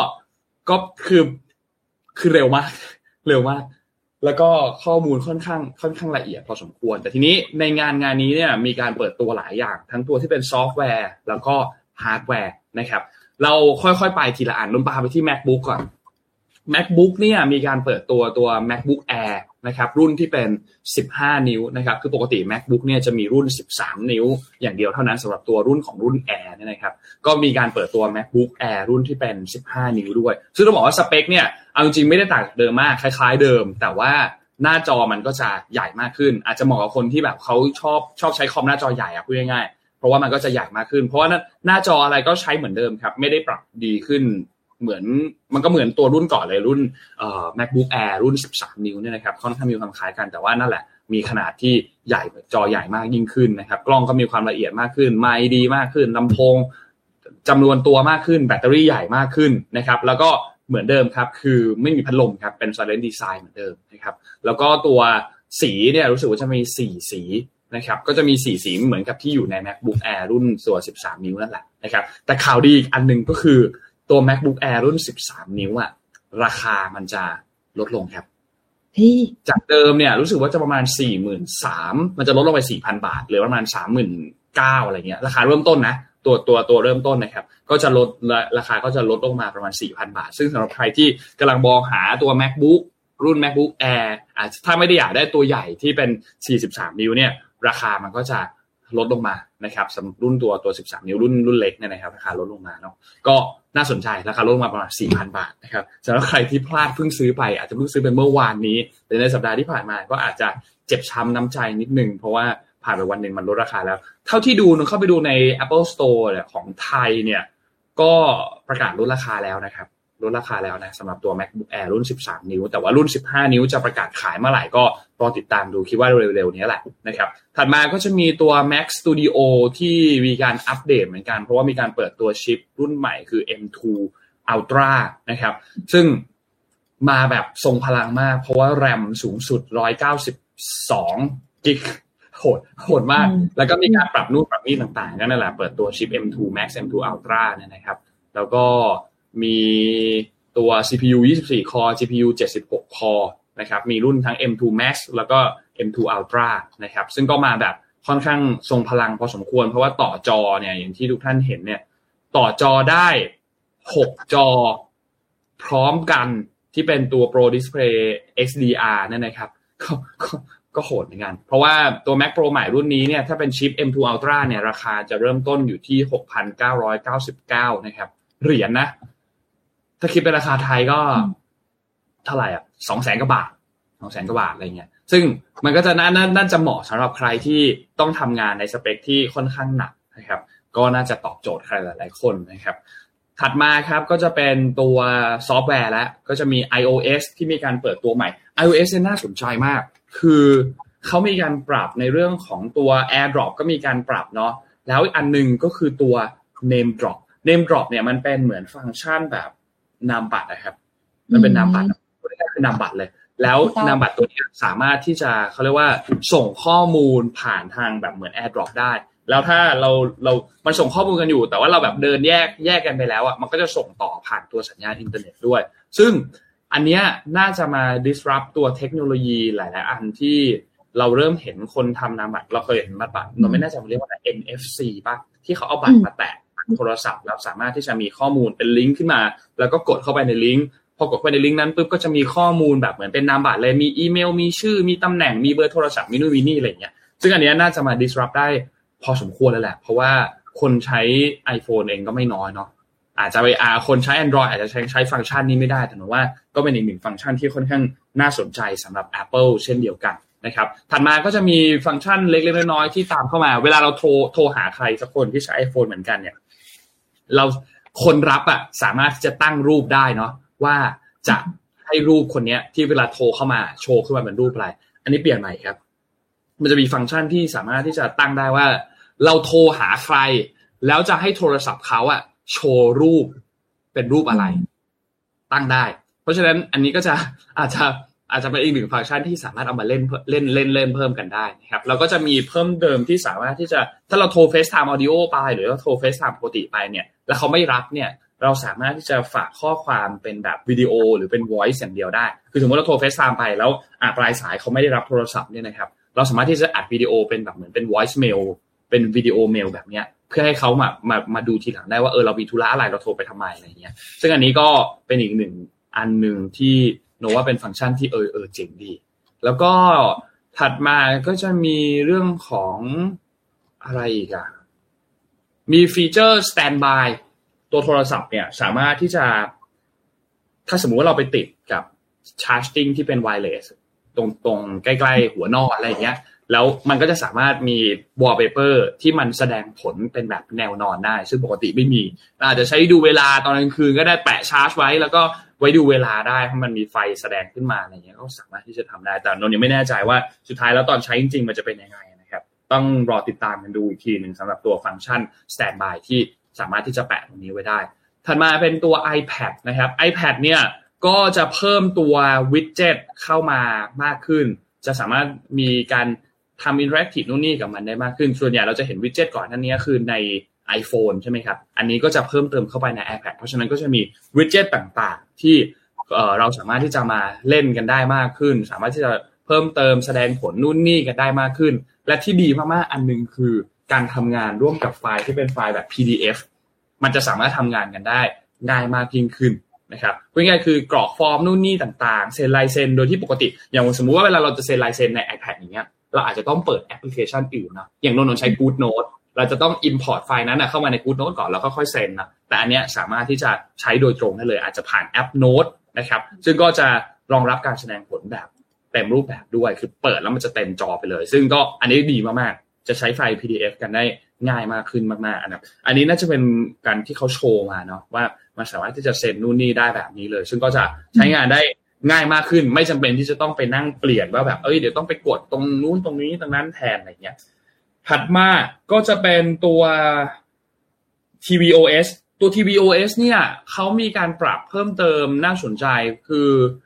คือเร็วมากแล้วก็ข้อมูลค่อนข้างละเอียดพอสมควรแต่ทีนี้ในงานนี้เนี่ยมีการเปิดตัวหลายอย่างทั้งตัวที่เป็นซอฟต์แวร์แล้วก็ฮาร์ดแวร์นะครับเราค่อยๆไปทีละอันลงไปที่ MacBook ก่อน MacBook เนี่ยมีการเปิดตัว MacBook Air นะครับรุ่นที่เป็น15นิ้วนะครับคือปกติ MacBook เนี่ยจะมีรุ่น13นิ้วอย่างเดียวเท่านั้นสำหรับตัวรุ่นของรุ่น Air เนี่ยนะครับก็มีการเปิดตัว MacBook Air รุ่นที่เป็น15นิ้วด้วยซึ่งต้องบอกว่าสเปคเนี่ยเอาจริงไม่ได้ต่างจากเดิมมากคล้ายๆเดิมแต่ว่าหน้าจอมันก็จะใหญ่มากขึ้นอาจจะเหมาะกับคนที่แบบเขาชอบใช้คอมหน้าจอใหญ่พูดง่ายๆเพราะว่ามันก็จะใหญ่มากขึ้นเพราะว่าหน้าจออะไรก็ใช้เหมือนเดิมครับไม่ได้ปรับดีขึ้นมันก็เหมือนตัวรุ่นก่อนเลยรุ่นMacBook Air รุ่น13นิ้วเนี่ยนะครับค่อนข้างมีความคล้ายกันแต่ว่านั่นแหละมีขนาดที่ใหญ่จอใหญ่มากยิ่งขึ้นนะครับกล้องก็มีความละเอียดมากขึ้นไมค์ดีมากขึ้นลำโพงจำนวนตัวมากขึ้นแบตเตอรี่ใหญ่มากขึ้นนะครับแล้วก็เหมือนเดิมครับคือไม่มีพัดลมครับเป็น Silent Design เหมือนเดิมนะครับแล้วก็ตัวสีเนี่ยรู้สึกว่าจะมี4สีนะครับก็จะมี4สีเหมือนกับที่อยู่ใน MacBook Air รุ่นตัว13นิ้วนั่นแหละนะครับแต่ข่าวดีอีกอันนึงก็คือตัว MacBook Air รุ่น13นิ้วราคามันจะลดลงครับจากเดิมเนี่ยรู้สึกว่าจะประมาณ 43,000 มันจะลดลงไป 4,000 บาทเหลือประมาณ 39,000 อะไรเงี้ยราคาเริ่มต้นนะตัวเริ่มต้นนะครับก็จะลดราคาก็จะลดลงมาประมาณ 4,000 บาทซึ่งสำหรับใครที่กำลังมองหาตัว MacBook รุ่น MacBook Air ถ้าไม่ได้อยากได้ตัวใหญ่ที่เป็น43นิ้วเนี่ยราคามันก็จะลดลงมานะครับสำหรับรุ่นตัว13นิ้วรุ่นเล็กเนี่ยนะครับราคาลดลงมาเนาะก็น่าสนใจราคาลดลงมาประมาณ 4,000 บาทนะครับสำหรับใครที่พลาดเพิ่งซื้อไปอาจจะเพิ่งซื้อเป็นเมื่อวานนี้แต่ในสัปดาห์ที่ผ่านมาก็อาจจะเจ็บช้ำน้ำใจนิดนึงเพราะว่าผ่านไปวันนึงมันลดราคาแล้วเท่าที่ดูเข้าไปดูใน Apple Store ของไทยเนี่ยก็ประกาศลดราคาแล้วนะครับลดราคาแล้วนะสำหรับตัว MacBook Air รุ่น13นิ้วแต่ว่ารุ่น15นิ้วจะประกาศขายเมื่อไหร่ก็รอติดตามดูคิดว่าเร็วๆนี้แหละนะครับถัดมาก็จะมีตัว Mac Studio ที่มีการอัปเดตเหมือนกันเพราะว่ามีการเปิดตัวชิปรุ่นใหม่คือ M2 Ultra นะครับซึ่งมาแบบทรงพลังมากเพราะว่าแรมสูงสุด192กิกโหดมากแล้วก็มีการปรับนู่นปรับนี่ต่างๆนั่นแหละเปิดตัวชิป M2 Max M2 Ultra เนี่ยนะครับแล้วก็มีตัว CPU 24 core GPU 76 core นะครับมีรุ่นทั้ง M2 Max แล้วก็ M2 Ultra นะครับซึ่งก็มาแบบค่อนข้างทรงพลังพอสมควรเพราะว่าต่อจอเนี่ยอย่างที่ทุกท่านเห็นเนี่ยต่อจอได้6จอพร้อมกันที่เป็นตัว Pro Display XDR นั่นนะครับก็โหดเหมือนกันเพราะว่าตัว Mac Pro ใหม่รุ่นนี้เนี่ยถ้าเป็นชิป M2 Ultra เนี่ยราคาจะเริ่มต้นอยู่ที่ 6,999 นะครับเหรียญนะถ้าคิดเป็นราคาไทยก็เท่าไหร่อ่ะ 200,000 กว่าบาท 200,000 กว่าบาทอะไรเงี้ยซึ่งมันก็จะน่าจะเหมาะสำหรับใครที่ต้องทำงานในสเปคที่ค่อนข้างหนักนะครับก็น่าจะตอบโจทย์ใครหลายๆคนนะครับถัดมาครับก็จะเป็นตัวซอฟต์แวร์แล้วก็จะมี iOS ที่มีการเปิดตัวใหม่ iOS เนี่ยน่าสนใจมากคือเขามีการปรับในเรื่องของตัว AirDrop ก็มีการปรับเนาะแล้วอีกอันนึงก็คือตัว Name Drop เนี่ยมันเป็นเหมือนฟังก์ชันแบบนามบัตรนะครับมันเป็นนามบัตรตัวนี้คือนามบัตรเลยแล้วนามบัตรตัวนี้สามารถที่จะเขาเรียกว่าส่งข้อมูลผ่านทางแบบเหมือน AirDrop ได้แล้วถ้าเรามันส่งข้อมูลกันอยู่แต่ว่าเราแบบเดินแยกกันไปแล้วอ่ะมันก็จะส่งต่อผ่านตัวสัญญาณอินเทอร์เน็ตด้วยซึ่งอันเนี้ยน่าจะมา disrupt ตัวเทคโนโลยีหลายๆอันที่เราเริ่มเห็นคนทำนามบัตรเราเคยเห็นบัตรเราไม่แน่ใจมันเรียกว่า NFC ป่ะที่เขาเอาบัตรมาแตะโทรศัพท์แล้วสามารถที่จะมีข้อมูลเป็นลิงก์ขึ้นมาแล้วก็กดเข้าไปในลิงก์พอกดเข้าไปในลิงก์นั้นปุ๊บก็จะมีข้อมูลแบบเหมือนเป็นนามบัตรเลยมีอีเมลมีชื่อมีตำแหน่งมีเบอร์โทรศัพท์มีนู่นมีนี่อะไรอย่างเงี้ยซึ่งอันเนี้ยน่าจะมา disrupt ได้พอสมควรแล้วแหละเพราะว่าคนใช้ iPhone เองก็ไม่น้อยเนาะอาจจะไปคนใช้ Android อาจจะใช้ฟังก์ชันนี้ไม่ได้แต่หนูว่าก็เป็นอีกหนึ่งฟังก์ชันที่ค่อนข้างน่าสนใจสำหรับ Apple เช่นเดียวกันนะครับถัดมาก็จะมีฟังก์ชันเล็กๆน้อยๆที่ตามเข้ามาเวลาเราโทรหาใครสักคนที่ใช้ iPhone เหมือนกันเนี่ยเราคนรับอ่ะสามารถที่จะตั้งรูปได้เนาะว่าจะให้รูปคนนี้ที่เวลาโทรเข้ามาโชว์ขึ้นมาเป็นรูปอะไรอันนี้เปลี่ยนใหม่ครับมันจะมีฟังก์ชันที่สามารถที่จะตั้งได้ว่าเราโทรหาใครแล้วจะให้โทรศัพท์เขาอะโชว์รูปเป็นรูปอะไรตั้งได้เพราะฉะนั้นอันนี้ก็จะอาจจะเป็นอีกหนึ่งฟังก์ชันที่สามารถเอามาเล่นเพิ่มกันได้นะครับแล้วก็จะมีเพิ่มเติมที่สามารถที่จะถ้าเราโทร FaceTime Audio ไปหรือว่าโทร FaceTime ปกติไปเนี่ยแล้วเขาไม่รับเนี่ยเราสามารถที่จะฝากข้อความเป็นแบบวิดีโอหรือเป็น voice อย่างเดียวได้คือสมมติเราโทร FaceTime ไปแล้วปลายสายเขาไม่ได้รับโทรศัพท์เนี่ยนะครับเราสามารถที่จะอัดวิดีโอเป็นแบบเหมือนเป็น voice mail เป็นวิดีโอเมลแบบเนี้ยเพื่อให้เขามาดูทีหลังได้ว่าเรามีธุระอะไรเราโทรไปทำไมอะไรเงี้ยซึ่งอันนี้ก็เป็นอีกหนึ่งอันนึงที่โนว่าเป็นฟังก์ชันที่เจ๋งดีแล้วก็ถัดมาก็จะมีเรื่องของอะไรอีกอ่ะมีฟีเจอร์ standby ตัวโทรศัพท์เนี่ยสามารถที่จะถ้าสมมุติว่าเราไปติดกับ charging ที่เป็น wireless ตรงใกล้ๆหัวนอกอะไรอย่างเงี้ยแล้วมันก็จะสามารถมี wallpaper ที่มันแสดงผลเป็นแบบแนวนอนได้ซึ่งปกติไม่มีอาจจะใช้ดูเวลาตอนกลางคืนก็ได้แปะชาร์จไว้แล้วก็ไว้ดูเวลาได้เพราะมันมีไฟแสดงขึ้นมาอะไรเงี้ยก็สามารถที่จะทำได้แต่นนยังไม่แน่ใจว่าสุดท้ายแล้วตอนใช้จริงๆมันจะเป็นยังไงนะครับต้องรอติดตามกันดูอีกทีนึงสำหรับตัวฟังก์ชัน standby ที่สามารถที่จะแปะตรงนี้ไว้ได้ถัดมาเป็นตัว iPad นะครับ iPad เนี่ยก็จะเพิ่มตัววิดเจ็ตเข้ามามากขึ้นจะสามารถมีการทำ interactive นู่นนี่กับมันได้มากขึ้นส่วนใหญ่เราจะเห็นวิดเจ็ตก่อนหน้านี้คือใน iPhone ใช่ไหมครับอันนี้ก็จะเพิ่มเติมเข้าไปใน iPad เพราะฉะนั้นก็จะมีวิดเจ็ตต่างๆที่เราสามารถที่จะมาเล่นกันได้มากขึ้นสามารถที่จะเพิ่มเติมแสดงผลนู่นนี่กันได้มากขึ้นและที่ดีมากๆอันนึงคือการทำงานร่วมกับไฟล์ที่เป็นไฟล์แบบ PDF มันจะสามารถทำงานกันได้ง่ายมากยิ่งขึ้นนะครับพูดง่ายๆคือกรอกฟอร์มนู่นนี่ต่างๆเซ็นลายเซ็นโดยที่ปกติอย่างสมมุติว่าเวลาเราจะเซ็นลายเซ็นใน iPad อย่างเงี้ยเราอาจจะต้องเปิดแอปพลิเคชันอื่นนะอย่างนนท์ใช้ GoodNote เราจะต้อง import ไฟล์นั้นเข้ามาใน GoodNote ก่อนแล้วก็ค่อยเซ็นนะแต่อันเนี้ยสามารถที่จะใช้โดยตรงได้เลยอาจจะผ่านแอป Note นะครับซึ่งก็จะรองรับการแสดงผลแบบเต็มรูปแบบด้วยคือเปิดแล้วมันจะเต็มจอไปเลยซึ่งก็อันนี้ดีมากๆจะใช้ไฟล์ PDF กันได้ง่ายมากขึ้นมากๆนะครับอันนี้น่าจะเป็นการที่เขาโชว์มาเนาะว่ามันสามารถที่จะเซ็นนู่นนี่ได้แบบนี้เลยซึ่งก็จะใช้งานได้ง่ายมากขึ้นไม่จำเป็นที่จะต้องไปนั่งเปลี่ยนว่าแบบเดี๋ยวต้องไปกดตรงนู้นตรงนี้ตรงนั้นแทนอะไรเงี้ยถัดมาก็จะเป็นตัว tvOS ตัว tvOS เนี่ยเขามีการปรับเพิ่มเติมน่าสนใจคือ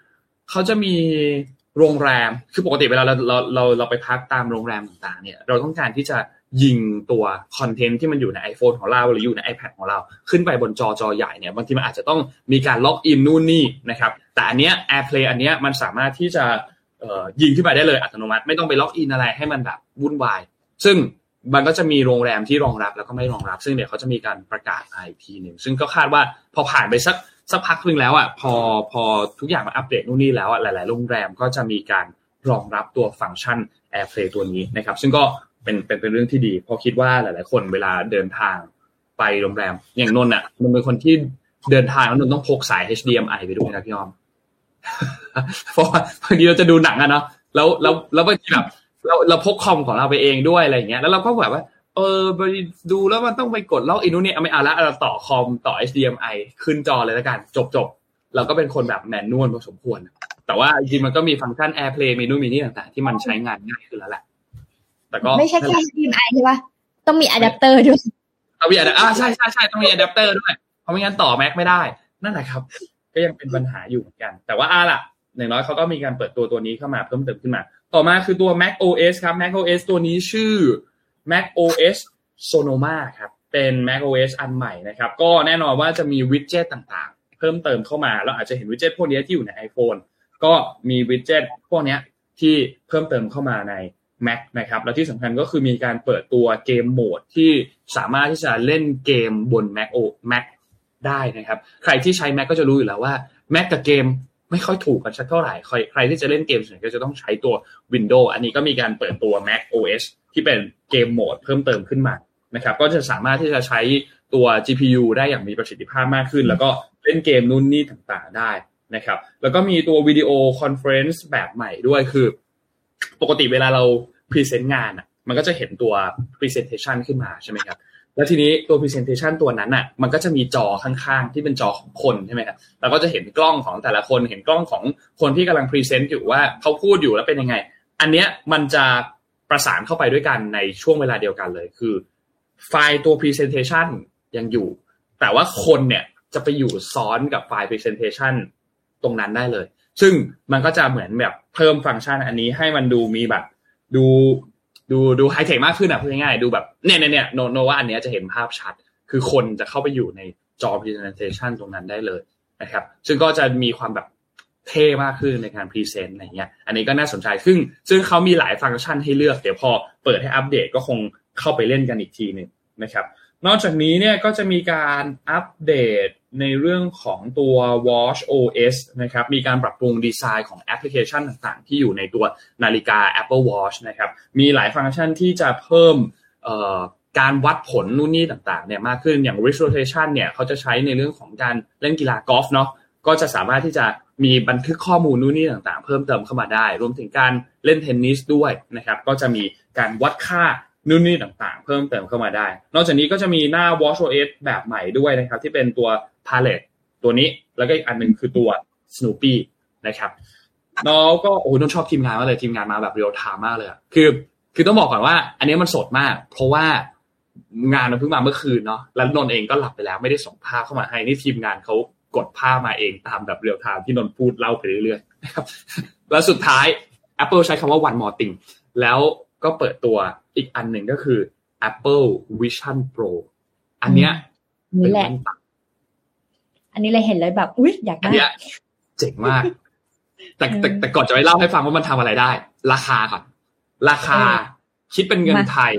เขาจะมีโรงแรมคือปกติเวลาเราไปพักตามโรงแรมต่างๆเนี่ยเราต้องการที่จะยิงตัวคอนเทนต์ที่มันอยู่ใน iPhone ของเราหรืออยู่ใน iPad ของเราขึ้นไปบนจอใหญ่เนี่ยบางทีมันอาจจะต้องมีการล็อกอินนู่นนี่นะครับแต่อันเนี้ย AirPlay อันเนี้ยมันสามารถที่จะยิงขึ้นไปได้เลยอัตโนมัติไม่ต้องไปล็อกอินอะไรให้มันแบบวุ่นวายซึ่งมันก็จะมีโรงแรมที่รองรับแล้วก็ไม่รองรับซึ่งเดี๋ยวเขาจะมีการประกาศอีกทีนึงซึ่งก็คาดว่าพอผ่านไปสักพักนึงแล้วอ่ะพอทุกอย่างมาอัปเดตนู่นนี่แล้วอ่ะหลายๆโรงแรมก็จะมีการรองรับตัวฟังก์ชัน AirPlay ตัวนี้นะครับซึ่งก็เป็นเรื่องที่ดีเพราะคิดว่าหลายๆคนเวลาเดินทางไปโรงแรมอย่างนนท์อ่ะมันเป็นคนที่เดินทางแล้วนนท์ต้องพกสาย HDMI ไปด้วยนะพี่อ้อม เพราะว่าบางทีเราจะดูหนังอะเนาะแล้วบางทีแบบเราพกคอมของเราไปเองด้วยอะไรอย่างเงี้ยแล้วเราก็แบบว่าไปดูแล้วมันต้องไปกดล็อกอินนู่นนี่ไม่เอาละเราต่อคอมต่อ HDMI ขึ้นจอเลยแล้วกันจบเราก็เป็นคนแบบแมนนวลพอสมควรแต่ว่าจริงๆมันก็มีฟังก์ชัน AirPlay มีนู่นมีนี่ต่างๆที่มันใช้งานง่ายขึ้นแล้วแหละแต่ก็ไม่ใช่แค่ HDMI ใช่ป่ะต้องมีอะแดปเตอร์ด้วยต้องมีใช่ต้องมีอะแดปเตอร์ด้วยเพราะไม่งั้นต่อ Mac ไม่ได้นั่นแหละครับก็ยังเป็นปัญหาอยู่เหมือนกันแต่ว่าล่ะอย่างน้อยเขาก็มีการเปิดตัวนี้เข้ามาเพิ่มเติมขึ้นมาต่อมาคือตัว Mac OS ครับ Mac OS ตัวนี้ชื่อ Mac OS Sonoma ครับเป็น Mac OS อันใหม่นะครับก็แน่นอนว่าจะมีวิดเจ็ตต่างๆเพิ่มเติมเข้ามาแล้วอาจจะเห็นวิดเจ็ตพวกนี้ที่อยู่ใน iPhone ก็มีวิดเจ็ตพวกนี้ที่เพิ่มเติมเข้ามาใน Mac นะครับแล้วที่สำคัญก็คือมีการเปิดตัวเกมโหมดที่สามารถที่จะเล่นเกมบน Mac ได้นะครับใครที่ใช้ Mac ก็จะรู้อยู่แล้วว่า Mac กับเกมไม่ค่อยถูกกันสักเท่าไหร่ใครที่จะเล่นเกมส่วนใหญ่ก็จะต้องใช้ตัว Windows อันนี้ก็มีการเปิดตัว Mac OS ที่เป็นเกมโหมดเพิ่มเติมขึ้นมานะครับก็จะสามารถที่จะใช้ตัว GPU ได้อย่างมีประสิทธิภาพมากขึ้นแล้วก็เล่นเกมนู่นนี่ต่างๆได้นะครับแล้วก็มีตัววิดีโอคอนเฟอเรนซ์แบบใหม่ด้วยคือปกติเวลาเราพรีเซนต์งานอ่ะมันก็จะเห็นตัว presentation ขึ้นมาใช่ไหมครับแล้วทีนี้ตัว presentation ตัวนั้นน่ะมันก็จะมีจอข้างๆที่เป็นจอของคนใช่ไหมครับแล้วก็จะเห็นกล้องของแต่ละคนเห็นกล้องของคนที่กำลังพรีเซนต์อยู่ว่าเขาพูดอยู่แล้วเป็นยังไงอันเนี้ยมันจะประสานเข้าไปด้วยกันในช่วงเวลาเดียวกันเลยคือไฟล์ตัว presentation ยังอยู่แต่ว่าคนเนี่ยจะไปอยู่ซ้อนกับไฟล์ presentation ตรงนั้นได้เลยซึ่งมันก็จะเหมือนแบบเพิ่มฟังก์ชันอันนี้ให้มันดูมีแบบดูไฮเทคมากขึ้นอ่ะพูดง่ายๆดูแบบเนี่ยโนว่าอันเนี้ยจะเห็นภาพชัดคือคนจะเข้าไปอยู่ในจอ presentation ตรงนั้นได้เลยนะครับซึ่งก็จะมีความแบบเท่มากขึ้นในการพรีเซนต์อะไรเงี้ยอันนี้ก็น่าสนใจซึ่งเขามีหลายฟังก์ชันให้เลือกเดี๋ยวพอเปิดให้อัปเดตก็คงเข้าไปเล่นกันอีกทีนึงนะครับนอกจากนี้เนี่ยก็จะมีการอัปเดตในเรื่องของตัว Watch OS นะครับมีการปรับปรุงดีไซน์ของแอปพลิเคชันต่างๆที่อยู่ในตัวนาฬิกา Apple Watch นะครับมีหลายฟังก์ชันที่จะเพิ่มการวัดผลนู่นนี่ต่างๆเนี่ยมากขึ้นอย่าง wrist rotation เนี่ยเขาจะใช้ในเรื่องของการเล่นกีฬากอล์ฟเนาะก็จะสามารถที่จะมีบันทึกข้อมูลนู่นนี่ต่างๆเพิ่มเติมเข้ามาได้รวมถึงการเล่นเทนนิสด้วยนะครับก็จะมีการวัดค่านู่นนี่ต่างๆเพิ่มเติมเข้ามาได้นอกจากนี้ก็จะมีหน้า Watch OS แบบใหม่ด้วยนะครับที่เป็นตัว Palette ตัวนี้แล้วก็อีกอันนึงคือตัว Snoopy นะครับน้องก็น้องชอบทีมงานมากเลยทีมงานมาแบบเรียลไทม์มากเลยคือต้องบอกก่อนว่าอันนี้มันสดมากเพราะว่างานมันเพิ่งมาเมื่อคืนเนาะแล้วนนท์เองก็หลับไปแล้วไม่ได้ส่งภาพเข้ามาให้นี่ทีมงานเขากดภาพมาเองตามแบบเรียลไทม์ที่นนท์พูดเล่าไปเรื่อยๆนะครับแล้วสุดท้าย Apple ใช้คำว่า one more thing แล้วก็เปิดตัวอีกอันหนึ่งก็คือ Apple Vision Pro อันเนี้ยนี่แหละอันนี้เลยเห็นเลยแบบอุ๊ยอยากได้เจ๋งมากแต่ก่อนจะไปเล่าให้ฟังว่ามันทำอะไรได้ราคาก่อนราคาคิดเป็นเงินไทย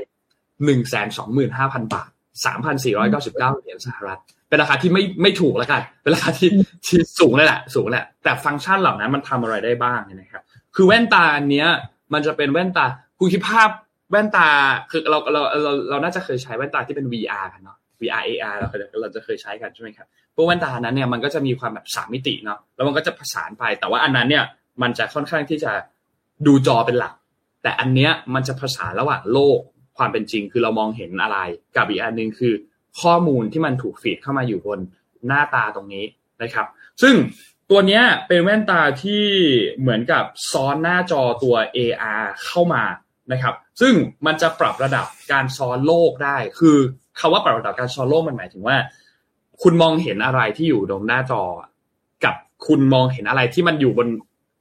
125,000 บาท 3,499 เหรียญสหรัฐเป็นราคาที่ไม่ถูกแล้วกันเป็นราคาที่สูงเลยแหละสูงแหละแต่ฟังก์ชันเหล่านั้นมันทำอะไรได้บ้างเนี่ยนะครับคือแว่นตาอันเนี้ยมันจะเป็นแว่นตาคุณคิดภาพแว่นตาคือเราน่าจะเคยใช้แว่นตาที่เป็น VR กันเนาะ VR AR เราจะเคยใช้กันใช่ไหมครับพวกแว่นตานั้นเนี่ยมันก็จะมีความแบบ3มิติเนาะแล้วมันก็จะผสานไปแต่ว่าอันนั้นเนี่ยมันจะค่อนข้างที่จะดูจอเป็นหลักแต่อันเนี้ยมันจะผสานระหว่างโลกความเป็นจริงคือเรามองเห็นอะไรกับอีกอันนึงคือข้อมูลที่มันถูกฟีดเข้ามาอยู่บนหน้าตาตรงนี้นะครับซึ่งตัวเนี้ยเป็นแว่นตาที่เหมือนกับซ้อนหน้าจอตัว AR เข้ามานะครับซึ่งมันจะปรับระดับการซ้อนโลกได้คือคำว่าปรับระดับการซ้อนโลกมันหมายถึงว่าคุณมองเห็นอะไรที่อยู่ตรงหน้าจอกับคุณมองเห็นอะไรที่มันอยู่บน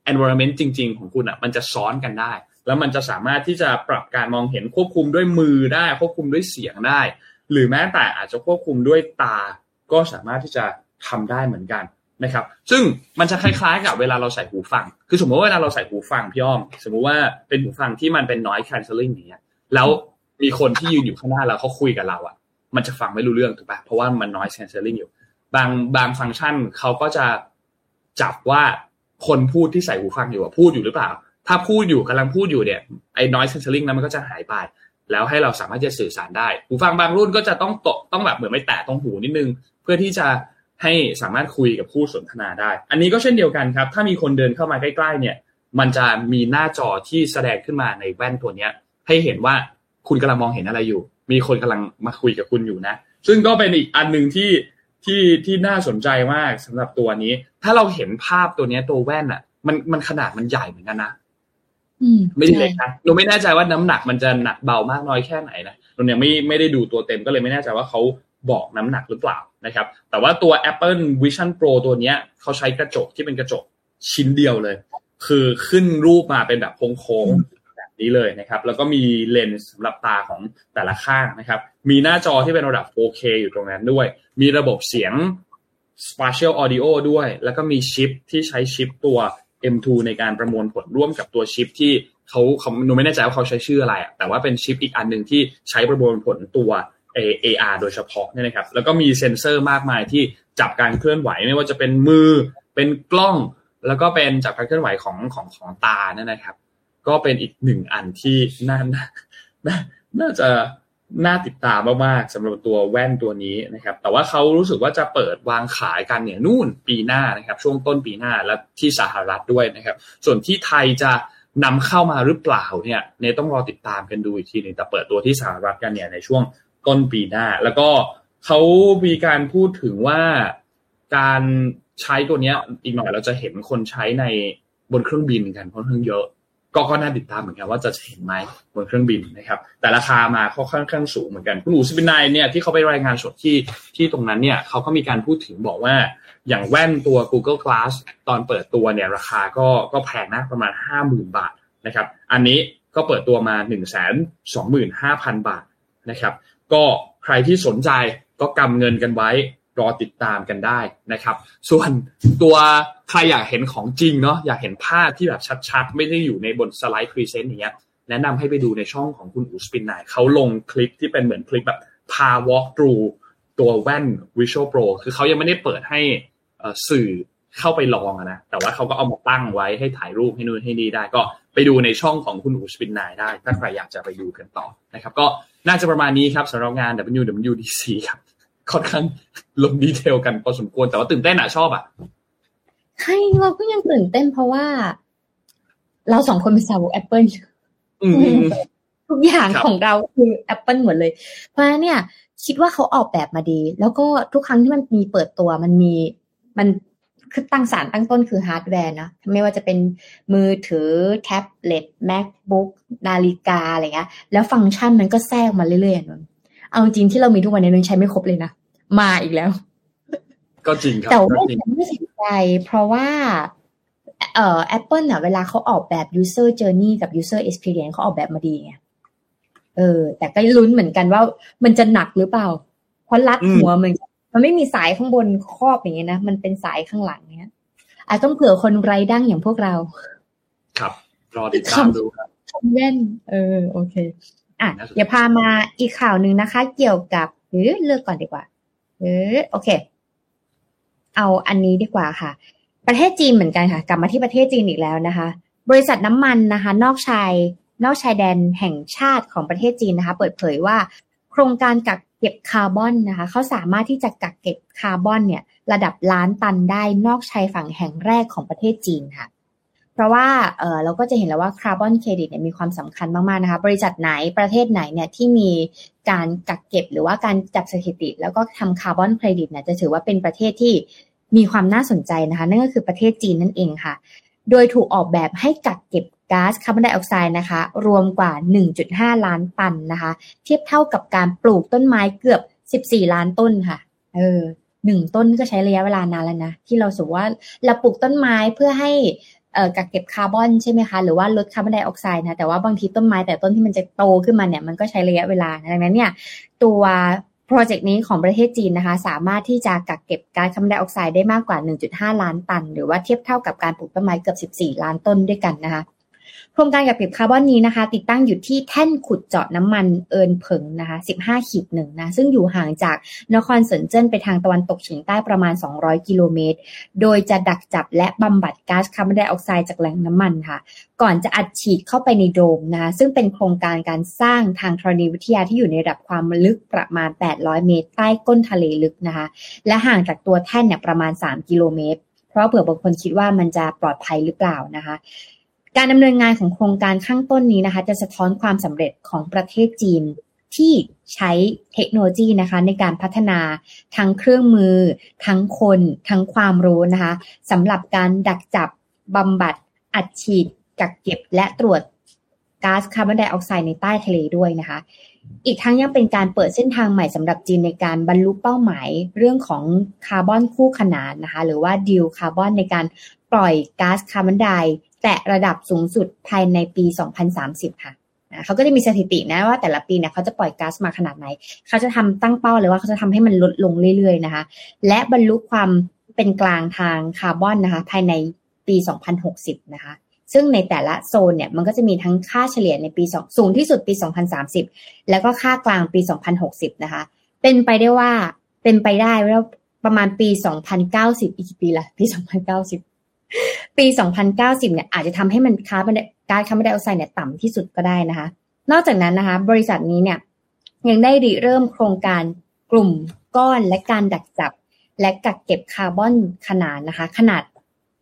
environment จริงๆของคุณมันจะซ้อนกันได้แล้วมันจะสามารถที่จะปรับการมองเห็นควบคุมด้วยมือได้ควบคุมด้วยเสียงได้หรือแม้แต่อาจจะควบคุมด้วยตาก็สามารถที่จะทำได้เหมือนกันนะครับซึ่งมันจะคล้ายๆกับเวลาเราใส่หูฟังคือสมมติว่าเวลาเราใส่หูฟังพี่อ้อมสมมุติว่าเป็นหูฟังที่มันเป็น noise cancelling อย่างเงี้ยแล้วมีคนที่ยืนอยู่ข้างหน้าเราเขาคุยกับเรามันจะฟังไม่รู้เรื่องถูกป่ะเพราะว่ามัน noise cancelling อยู่บางฟังก์ชันเขาก็จะจับว่าคนพูดที่ใส่หูฟังอยู่พูดอยู่หรือเปล่าถ้าพูดอยู่กำลังพูดอยู่เนี่ยไอ้ noise cancelling นั้นมันก็จะหายไปแล้วให้เราสามารถจะสื่อสารได้หูฟังบางรุ่นก็จะต้องแบบเหมือนไม่แตะตรงหูนิดนึงเพื่อที่จะให้สามารถคุยกับผู้สนทนาได้อันนี้ก็เช่นเดียวกันครับถ้ามีคนเดินเข้ามาใกล้ๆเนี่ยมันจะมีหน้าจอที่แสดงขึ้นมาในแว่นตัวนี้ให้เห็นว่าคุณกำลังมองเห็นอะไรอยู่มีคนกำลังมาคุยกับคุณอยู่นะซึ่งก็เป็นอีกอันนึงที่น่าสนใจมากสำหรับตัวนี้ถ้าเราเห็นภาพตัวนี้ตัวแว่นมันขนาดมันใหญ่เหมือนกันนะไม่ได้เล็กนะเราไม่แน่ใจว่าน้ำหนักมันจะหนักเบามากน้อยแค่ไหนนะเราเนี่ยไม่ได้ดูตัวเต็มก็เลยไม่แน่ใจว่าเขาบอกน้ำหนักหรือเปล่านะครับแต่ว่าตัว Apple Vision Pro ตัวนี้เขาใช้กระจกที่เป็นกระจกชิ้นเดียวเลยคือขึ้นรูปมาเป็นแบบโค้งๆแบบนี้เลยนะครับแล้วก็มีเลนส์สำหรับตาของแต่ละข้างนะครับมีหน้าจอที่เป็นระดับ 4K อยู่ตรงนั้นด้วยมีระบบเสียง Spatial Audio ด้วยแล้วก็มีชิปที่ใช้ชิปตัว M2 ในการประมวลผลร่วมกับตัวชิปที่เขาหนูไม่แน่ใจว่าเขาใช้ชื่ออะไรแต่ว่าเป็นชิปอีกอันนึงที่ใช้ประมวลผลตัวAR โดยเฉพาะเนี่ยนะครับแล้วก็มีเซ็นเซอร์มากมายที่จับการเคลื่อนไหวไม่ว่าจะเป็นมือเป็นกล้องแล้วก็เป็นจับการเคลื่อนไหวของตาเนี่ยนะครับก็เป็นอีกหนึ่งอันที่น่าจะน่าติดตามมากๆสำหรับตัวแว่นตัวนี้นะครับแต่ว่าเขารู้สึกว่าจะเปิดวางขายกันเนี่ยนู่นปีหน้านะครับช่วงต้นปีหน้าและที่สหรัฐด้วยนะครับส่วนที่ไทยจะนำเข้ามาหรือเปล่าเนี่ยต้องรอติดตามกันดูอีกทีนึงแต่เปิดตัวที่สหรัฐกันเนี่ยในช่วงต้นปีหน้าแล้วก็เขามีการพูดถึงว่าการใช้ตัวนี้อีกหน่อยเราจะเห็นคนใช้ในบนเครื่องบินกันค่อนข้างเยอะก็น่าติดตามเหมือนกันว่าจะเห็นไหมบนเครื่องบินนะครับแต่ราคามาค่อนข้างสูงเหมือนกันคุณอู๋ซิบินายเนี่ยที่เขาไปรายงานสดที่ตรงนั้นเนี่ยเขาก็มีการพูดถึงบอกว่าอย่างแว่นตัว Google Glass ตอนเปิดตัวเนี่ยราคาก็แพงนะประมาณ 50,000 บาทนะครับอันนี้ก็เปิดตัวมา 125,000 บาทนะครับก็ใครที่สนใจก็กำเงินกันไว้รอติดตามกันได้นะครับส่วนตัวใครอยากเห็นของจริงเนาะอยากเห็นภาพที่แบบชัดๆไม่ได้อยู่ในบนสไลด์พรีเซนต์อย่างเงี้ยแนะนำให้ไปดูในช่องของคุณอู๋สปินไนเขาลงคลิปที่เป็นเหมือนคลิปแบบพา walk through ตัวแว่น Vision Pro คือเขายังไม่ได้เปิดให้สื่อเข้าไปลองนะแต่ว่าเขาก็เอามาตั้งไว้ให้ถ่ายรูปให้นู่นให้นี่ได้ก็ไปดูในช่องของคุณอู๋สปินไนได้ถ้าใครอยากจะไปดูกันต่อนะครับก็น่าจะประมาณนี้ครับสำหรับงาน WWDC ครับค่อนข้างลงดีเทลกันพอสมควรแต่ว่าตื่นเต้นชอบใช่เราก็ยังตื่นเต้นเพราะว่าเราสองคนเป็นสาวก Apple ทุกอย่างของเราคือ Apple หมดเลยเพราะฉะนั้นเนี่ยคิดว่าเขาออกแบบมาดีแล้วก็ทุกครั้งที่มันมีเปิดตัวมันคือตั้งสารตั้งต้นคือฮาร์ดแวร์นะไม่ว่าจะเป็นมือถือแท็บเล็ต MacBook นาฬิกาอะไรเงี้ยแล้วฟังก์ชันมันก็แทรกมาเรื่อยๆนนเอาจริงที่เรามีทุกวันนี้นนใช้ไม่ครบเลยนะมาอีกแล้วก็จริงครับแต่ว่าไม่สนใจเพราะว่าApple เวลาเขาออกแบบ user journey กับ user experience เขาออกแบบมาดีไงแต่ก็ลุ้นเหมือนกันว่ามันจะหนักหรือเปล่าเพราะรัดหัวมันไม่มีสายข้างบนครอบอย่างเงี้ยนะมันเป็นสายข้างหลังเงี้ยอาจต้องเผื่อคนไร้ดั้งอย่างพวกเราครับรอติดตามดูครับแว่นโอเคเดี๋ยวพามาอีกข่าวนึงนะคะเกี่ยวกับเลือกก่อนดีกว่าโอเคเอาอันนี้ดีกว่าค่ะประเทศจีนเหมือนกันค่ะกลับมาที่ประเทศจีนอีกแล้วนะคะบริษัทน้ำมันนะคะนอกชายแดนแห่งชาติของประเทศจีนนะคะเปิดเผยว่าโครงการกักเก็บคาร์บอนนะคะเขาสามารถที่จะกักเก็บคาร์บอนเนี่ยระดับล้านตันได้นอกชายฝั่งแห่งแรกของประเทศจีนค่ะเพราะว่าเราก็จะเห็นแล้วว่าคาร์บอนเครดิตเนี่ยมีความสำคัญมากๆนะคะบริษัทไหนประเทศไหนเนี่ยที่มีการกักเก็บหรือว่าการจับสถิติแล้วก็ทำคาร์บอนเครดิตเนี่ยจะถือว่าเป็นประเทศที่มีความน่าสนใจนะคะนั่นก็คือประเทศจีนนั่นเองค่ะโดยถูกออกแบบให้กักเก็บก๊าซคาร์บอนไดออกไซด์นะคะรวมกว่า 1.5 ล้านตันนะคะเทียบเท่ากับการปลูกต้นไม้เกือบ14ล้านต้นค่ะ1ต้นก็ใช้ระยะเวลานานแล้วนะที่เราสูว่าเราปลูกต้นไม้เพื่อให้กักเก็บคาร์บอนใช่ไหมคะหรือว่าลดคาร์บอนไดออกไซด์นะแต่ว่าบางทีต้นไม้แต่ต้นที่มันจะโตขึ้นมาเนี่ยมันก็ใช้ระยะเวลาดังนั้นเนี่ยตัวโปรเจกต์นี้ของประเทศจีนนะคะสามารถที่จะกักเก็บก๊าซคาร์บอนไดออกไซด์ได้มากกว่า 1.5 ล้านตันหรือว่าเทียบเท่ากับการปลูกต้นไม้เกือบ14 ล้านต้นด้วยกันนะคะโครงการกักเก็บคาร์บอนนี้นะคะติดตั้งอยู่ที่แท่นขุดเจาะน้ำมันเอินเผิงนะคะ 15-1 นะซึ่งอยู่ห่างจากนครเซินเจิ้นไปทางตะวันตกเฉียงใต้ประมาณ200กิโลเมตรโดยจะดักจับและบำบัดก๊าซคาร์บอนไดออกไซด์จากแหล่งน้ำมันค่ะก่อนจะอัดฉีดเข้าไปในโดมนะคะซึ่งเป็นโครงการการสร้างทางธรณีวิทยาที่อยู่ในระดับความลึกประมาณ800เมตรใต้ก้นทะเลลึกนะคะและห่างจากตัวแท่นเนี่ยประมาณ3กิโลเมตรเพราะเผื่อบางคนคิดว่ามันจะปลอดภัยหรือเปล่านะคะการดำเนินงานของโครงการข้างต้นนี้นะคะจะสะท้อนความสำเร็จของประเทศจีนที่ใช้เทคโนโลยีนะคะในการพัฒนาทั้งเครื่องมือทั้งคนทั้งความรู้นะคะสำหรับการดักจับบำบัดอัดฉีดกักเก็บและตรวจก๊าซคาร์บอนไดออกไซด์ในใต้ทะเลด้วยนะคะอีกทั้งยังเป็นการเปิดเส้นทางใหม่สำหรับจีนในการบรรลุเป้าหมายเรื่องของคาร์บอนคู่ขนานนะคะหรือว่าดีลคาร์บอนในการปล่อยก๊าซคาร์บอนไดแต่ระดับสูงสุดภายในปี2030ค่ะเขาก็จะมีสถิตินะว่าแต่ละปีเนี่ยเขาจะปล่อยก๊าซมาขนาดไหนเขาจะทำตั้งเป้าเลยว่าเขาจะทำให้มันลดลงเรื่อยๆนะคะและบรรลุความเป็นกลางทางคาร์บอนนะคะภายในปี2060นะคะซึ่งในแต่ละโซนเนี่ยมันก็จะมีทั้งค่าเฉลี่ยในปีสูงที่สุดปี2030แล้วก็ค่ากลางปี2060นะคะเป็นไปได้ว่าประมาณปี2090อีกปีละปี2090ปี2090เนี่ยอาจจะทำให้มันก๊าซคาร์บอนไดออกไซด์เนี่ยต่ำที่สุดก็ได้นะคะนอกจากนั้นนะคะบริษัทนี้เนี่ยยังได้ริเริ่มโครงการกลุ่มก้อนและการดักจับและกักเก็บคาร์บอนขนาด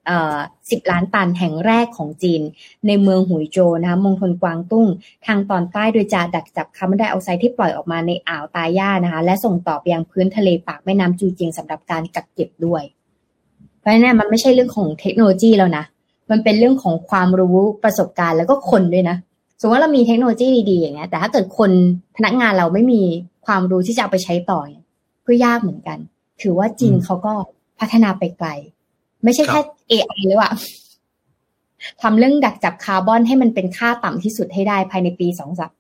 10 ล้านตันแห่งแรกของจีนในเมืองหุยโจวนะคะมณฑลกวางตุ้งทางตอนใต้โดยจะดักจับคาร์บอนไดออกไซด์ที่ปล่อยออกมาในอ่าวตาย่านะคะและส่งต่อไปยังพื้นทะเลปากแม่น้ำจูเจียงสำหรับการกักเก็บด้วยเพราะฉะนั้นมันไม่ใช่เรื่องของเทคโนโลยีแล้วนะมันเป็นเรื่องของความรู้ประสบการณ์แล้วก็คนด้วยนะสมมติว่าเรามีเทคโนโลยีดีๆอย่างเงี้ยแต่ถ้าเกิดคนพนักงานเราไม่มีความรู้ที่จะเอาไปใช้ต่อเนี่ยก็ยากเหมือนกันถือว่าจีนเขาก็พัฒนาไปไกลไม่ใช่แค่ AI เลยว่ะทำเรื่องดักจับคาร์บอนให้มันเป็นค่าต่ำที่สุดให้ได้ภายในปี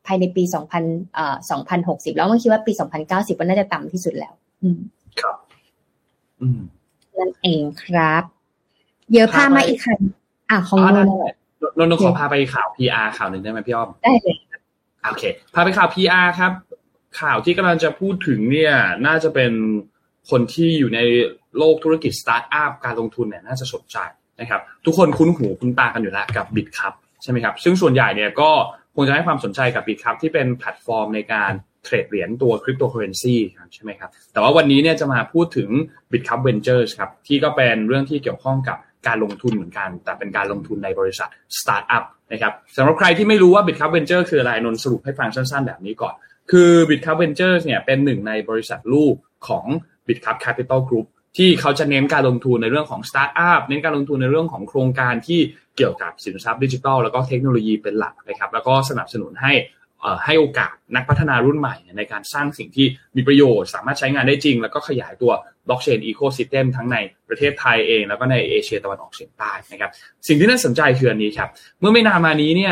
2060แล้วเมื่อคิดว่าปี2090ก็น่าจะต่ำที่สุดแล้วครับนั่นเองครับเดี๋ยวพามาอีกครั้งของนนขอพาไปข่าว PR ข่าวหนึ่งได้ไหมพี่อ้อมได้เลยโอเคพาไปข่าว PR ครับข่าวที่กำลังจะพูดถึงเนี่ยน่าจะเป็นคนที่อยู่ในโลกธุรกิจสตาร์ทอัพการลงทุนเนี่ยน่าจะสนใจนะครับทุกคนคุ้นหูคุ้นตากันอยู่แล้วกับ BitCup ใช่ไหมครับซึ่งส่วนใหญ่เนี่ยก็คงจะให้ความสนใจกับ BitCup ที่เป็นแพลตฟอร์มในการเทรดเหรียญตัวคริปโตเคอเรนซีใช่ไหมครับแต่ว่าวันนี้เนี่ยจะมาพูดถึง BitCup Ventures ครับที่ก็เป็นเรื่องที่เกี่ยวข้องกับการลงทุนเหมือนกันแต่เป็นการลงทุนในบริษัทสตาร์ทอัพนะครับสำหรับใครที่ไม่รู้ว่า BitCup Ventures คืออะไรนนสรุปให้ฟังสั้นๆแบบนี้ก่อนคือ BitCup Ventures เนี่ยเป็นหนึ่งในบริษัทลูกของ BitCup Capital Group ที่เขาจะเน้นการลงทุนในเรื่องของสตาร์ทอัพเน้นการลงทุนในเรื่องของโครงการที่เกี่ยวกับสินทรัพย์ดิจิทัลแล้วก็เทคโนโลยีเป็นหลักนะครับแล้วก็สนับสนุนให้โอกาสนักพัฒนารุ่นใหม่ในการสร้างสิ่งที่มีประโยชน์สามารถใช้งานได้จริงแล้วก็ขยายตัวบล็อกเชนอีโคซิสเต็มทั้งในประเทศไทยเองแล้วก็ในเอเชียตะวันออกเฉียงใต้นะครับสิ่งที่น่าสนใจคืออันนี้ครับเมื่อไม่นานมานี้เนี่ย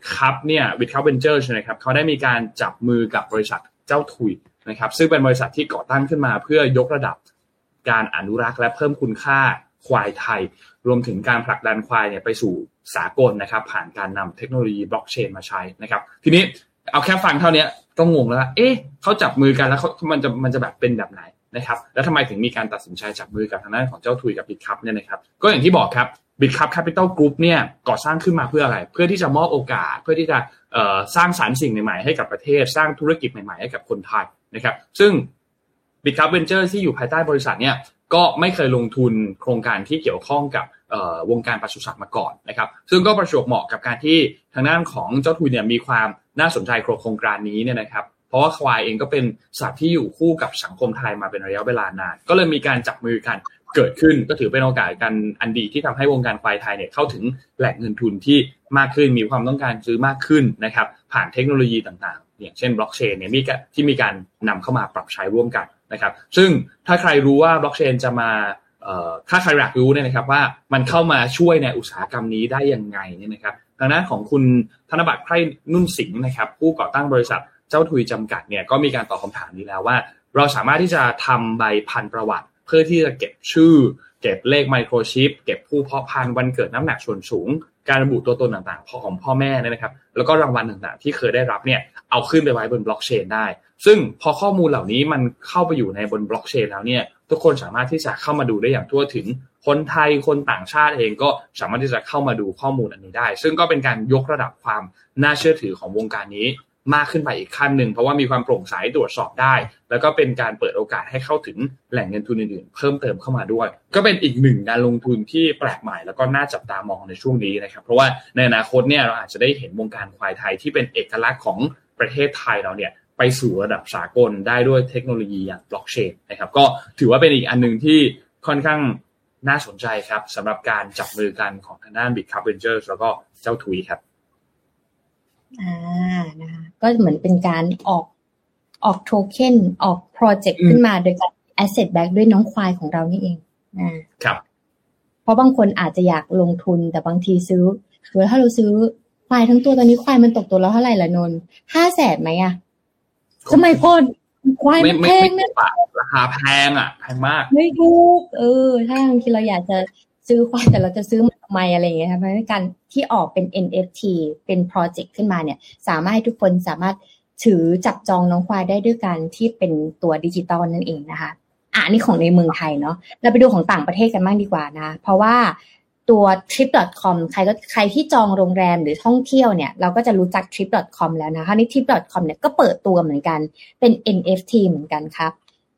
BitCup Ventures นะครับเขาได้มีการจับมือกับบริษัทเจ้าทุยนะครับซึ่งเป็นบริษัทที่ก่อตั้งขึ้นมาเพื่อยกระดับการอนุรักษ์และเพิ่มคุณค่าควายไทยรวมถึงการผลักดันควายเนี่ยไปสู่สากลนะครับผ่านการนำเทคโนโลยีบล็อกเชนมาใช้นะครับทีนี้เอาแค่ฟังเท่านี้ก็งงแล้วเขาจับมือกันแล้วมันจะแบบเป็นแบบไหนนะครับแล้วทำไมถึงมีการตัดสินใจจับมือกับทางด้านของเจ้าทุยกับ BitCup เนี่ยนะครับก็อย่างที่บอกครับ BitCup Capital Group เนี่ยก่อสร้างขึ้นมาเพื่ออะไรเพื่อที่จะมอบโอกาสเพื่อที่จะสร้างสรรค์สิ่งใหม่ๆให้กับประเทศสร้างธุรกิจใหม่ๆให้กับคนไทยนะครับซึ่ง BitCup Ventures ที่อยู่ภายใต้บริษัทเนี่ยก็ไม่เคยลงทุนโครงการที่เกี่ยวข้องกับวงการปศุสัตว์มาก่อนนะครับซึ่งก็ประจวบเหมาะกับการที่ทางด้านของเจ้าทุยเนี่ยมีความน่าสนใจโครงการนี้เนี่ยนะครับเพราะว่าควายเองก็เป็นสัตว์ที่อยู่คู่กับสังคมไทยมาเป็นระยะเวลานานก็เลยมีการจับมือกันเกิดขึ้นก็ถือเป็นโอกาสกันอันดีที่ทำให้วงการควายไทยเนี่ยเข้าถึงแหล่งเงินทุนที่มากขึ้นมีความต้องการซื้อมากขึ้นนะครับผ่านเทคโนโลยีต่างๆอย่างเช่นบล็อกเชนเนี่ยที่มีการนำเข้ามาปรับใช้ร่วมกันนะครับซึ่งถ้าใครรู้ว่าบล็อกเชนจะมาถ้าใครอยากรู้เนี่ยนะครับว่ามันเข้ามาช่วยในอุตสาหกรรมนี้ได้ยังไงเนี่ยนะครับทางด้านของคุณธนบัตรไพร่นุ่นสิงห์นะครับผู้ก่อตั้งบริษัทเจ้าทุยจำกัดเนี่ยก็มีการตอบคำถามนี้แล้วว่าเราสามารถที่จะทำใบพันธุ์ประวัติเพื่อที่จะเก็บชื่อเก็บเลขไมโครชิปเก็บผู้เพาะพันธุ์วันเกิดน้ำหนักส่วนสูงการระบุตัวตนต่างๆของพ่อแม่เนี่ยนะครับแล้วก็รางวัลต่างๆที่เคยได้รับเนี่ยเอาขึ้นไปไว้บนบล็อกเชนได้ซึ่งพอข้อมูลเหล่านี้มันเข้าไปอยู่ในบนบล็อกเชนแล้วเนี่ยทุกคนสามารถที่จะเข้ามาดูได้อย่างทั่วถึงคนไทยคนต่างชาติเองก็สามารถที่จะเข้ามาดูข้อมูลอันนี้ได้ซึ่งก็เป็นการยกระดับความน่าเชื่อถือของวงการนี้มากขึ้นไปอีกขั้นหนึ่งเพราะว่ามีความโปร่งใสตรวจสอบได้แล้วก็เป็นการเปิดโอกาสให้เข้าถึงแหล่งเงินทุนอื่นๆเพิ่มเติมเข้ามาด้วยก็เป็นอีกหนึ่งการลงทุนที่แปลกใหม่แล้วก็น่าจับตามองในช่วงนี้นะครับเพราะว่าในอนาคตเนี่ยเราอาจจะได้เห็นวงการควายไทยที่เป็นเอกลักษณ์ของประเทศไทยเราเนี่ยไปสู่ระดับสากลได้ด้วยเทคโนโลยีอย่างบล็อกเชนนะครับก็ถือว่าเป็นอีกอันนึงที่ค่อนข้างน่าสนใจครับสำหรับการจับมือกันของทางด้าน Big Cup Ventures แล้วก็เจ้าทุยครับนะคะก็เหมือนเป็นการออกโทเค็นออกโปรเจกต์ขึ้นมาโดยการ asset back ด้วยน้องควายของเรานี่เองครับเพราะบางคนอาจจะอยากลงทุนแต่บางทีซื้อหรือถ้าเราซื้อควายทั้งตัวตอนนี้ควายมันตกตัวแล้วเท่าไหร่ล่ะนนท์ 500,000 ไหมอ่ะทำไมพ่อควายมันแพงเนี่ยราคาแพงอ่ะแพงมากไม่ถูกถ้าบางทีเราอยากจะซื้อควายแต่เราจะซื้อมาทำไมอะไรอย่างเงี้ยครับเพราะฉะนั้นการที่ออกเป็น NFT เป็นโปรเจกต์ขึ้นมาเนี่ยสามารถให้ทุกคนสามารถถือจับจองน้องควายได้ด้วยกันที่เป็นตัวดิจิตอลนั่นเองนะคะนี่ของในเมืองไทยเนาะเราไปดูของต่างประเทศกันบ้างดีกว่านะเพราะว่าตัว trip.com ใครที่จองโรงแรมหรือท่องเที่ยวเนี่ยเราก็จะรู้จัก trip.com แล้วนะคราวนี้ trip.com เนี่ยก็เปิดตัวเหมือนกันเป็น NFT เหมือนกันครับ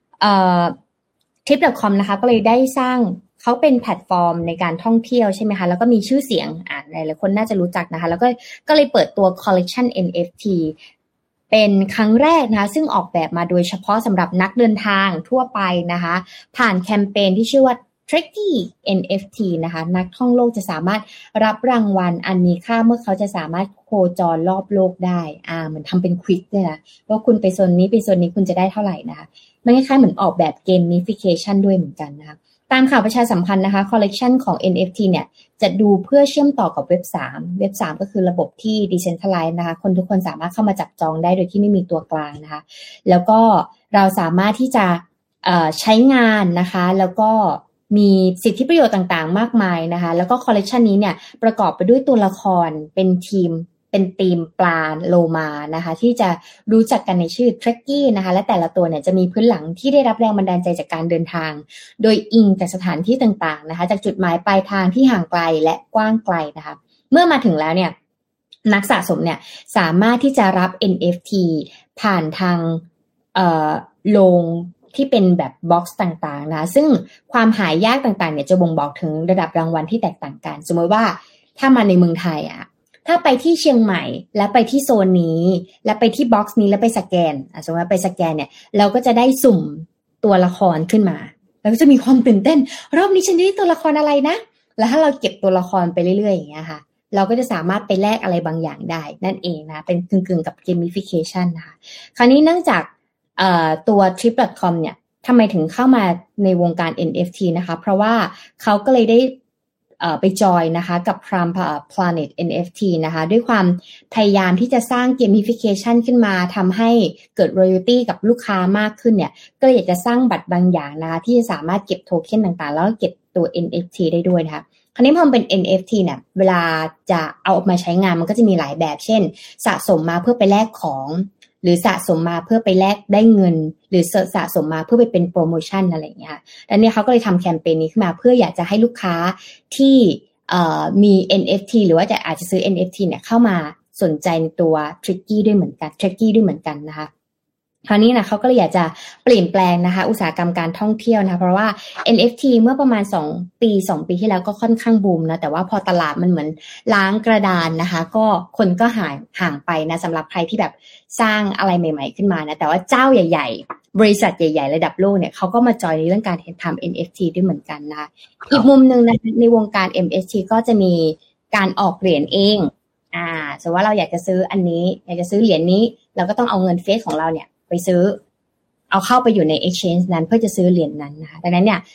trip.com นะคะก็เลยได้สร้างเขาเป็นแพลตฟอร์มในการท่องเที่ยวใช่ไหมคะแล้วก็มีชื่อเสียงหลายๆคนน่าจะรู้จักนะคะแล้วก็เลยเปิดตัว collection NFT เป็นครั้งแรกนะคะซึ่งออกแบบมาโดยเฉพาะสำหรับนักเดินทางทั่วไปนะคะผ่านแคมเปญที่ชื่อว่า Trekkie NFT นะคะนักท่องโลกจะสามารถรับรางวัลอันมีค่าเมื่อเขาจะสามารถโคจรรอบโลกได้เหมือนทำเป็นควิกเลยนะว่าคุณไปโซนนี้ไปโซนนี้คุณจะได้เท่าไหร่นะคะมันคล้ายๆเหมือนออกแบบ gamification ด้วยเหมือนกันนะคะตามข่าวประชาสัมพันธ์นะคะคอลเลกชันของ NFT เนี่ยจะดูเพื่อเชื่อมต่อกับเว็บ3ก็คือระบบที่ decentralized นะคะคนทุกคนสามารถเข้ามาจับจองได้โดยที่ไม่มีตัวกลางนะคะแล้วก็เราสามารถที่จะใช้งานนะคะแล้วก็มีสิทธิประโยชน์ต่างๆมากมายนะคะแล้วก็คอลเลกชันนี้เนี่ยประกอบไปด้วยตัวละครเป็นทีมปลาโลมานะคะที่จะรู้จักกันในชื่อ Trekkie นะคะและแต่ละตัวเนี่ยจะมีพื้นหลังที่ได้รับแรงบันดาลใจจากการเดินทางโดยอิงจากสถานที่ต่างๆนะคะจากจุดหมายปลายทางที่ห่างไกลและกว้างไกลนะคะเมื่อมาถึงแล้วเนี่ยนักสะสมเนี่ยสามารถที่จะรับ NFT ผ่านทางโรงที่เป็นแบบบ็อกซ์ต่างๆนะซึ่งความหายากต่างๆเนี่ยจะบ่งบอกถึงระดับรางวัลที่แตกต่างกันสมมติว่าถ้ามาในเมืองไทยถ้าไปที่เชียงใหม่แล้วไปที่โซนนี้แล้วไปที่บ็อกซ์นี้แล้วไปสแกนสมมติว่าไปสแกนเนี่ยเราก็จะได้สุ่มตัวละครขึ้นมาแล้วก็จะมีความตื่นเต้นรอบนี้ฉันได้ตัวละครอะไรนะแล้วถ้าเราเก็บตัวละครไปเรื่อยๆอย่างเงี้ยค่ะเราก็จะสามารถไปแลกอะไรบางอย่างได้นั่นเองนะเป็นกึ่งๆกับ gamification นะคะคราวนี้เนื่องจากตัว trip.com เนี่ยทำไมถึงเข้ามาในวงการ NFT นะคะเพราะว่าเขาก็เลยได้ไปจอยนะคะกับ Prime Planet NFT นะคะด้วยความพยายามที่จะสร้าง gamification ขึ้นมาทำให้เกิด royalty กับลูกค้ามากขึ้นเนี่ยก็เลยอยากจะสร้างบัตรบางอย่างนะคะที่จะสามารถเก็บโทเค็นต่างๆแล้วก็เก็บตัว NFT ได้ด้วยนะคะคราวนี้พอเป็น NFT เนี่ยเวลาจะเอาออกมาใช้งานมันก็จะมีหลายแบบเช่นสะสมมาเพื่อไปแลกของหรือสะสมมาเพื่อไปแลกได้เงินหรือสะสมมาเพื่อไปเป็นโปรโมชั่นอะไรอย่างเงี้ยแล้วเนี่ยเขาก็เลยทำแคมเปญนี้ขึ้นมาเพื่ออยากจะให้ลูกค้าที่มี NFT หรือว่าอาจจะซื้อ NFT เนี่ยเข้ามาสนใจในตัว Trekkie ด้วยเหมือนกันนะคะคราวนี้นะเขาก็เลยอยากจะเปลี่ยนแปลงนะคะอุตสาหกรรมการท่องเที่ยวนะคะเพราะว่า NFT เมื่อประมาณ2 ปีที่แล้วก็ค่อนข้างบูมนะแต่ว่าพอตลาดมันเหมือนล้างกระดานนะคะก็คนก็ห่างไปนะสำหรับใครที่แบบสร้างอะไรใหม่ๆขึ้นมานะแต่ว่าเจ้าใหญ่ๆบริษัทใหญ่ๆระดับโลกเนี่ยเขาก็มาจอยในเรื่องการทำ NFT ด้วยเหมือนกันนะคะอีกมุมนึงนะในวงการ NFT ก็จะมีการออกเหรียญเองสมมติว่าเราอยากจะซื้ออันนี้อยากจะซื้อเหรียญนี้เราก็ต้องเอาเงินเฟซของเราเนี่ยไปซื้อเอาเข้าไปอยู่ใน exchange นั้นเพื่อจะซื้อเหรียญนั้นนะคะดังนั้นเนี่ย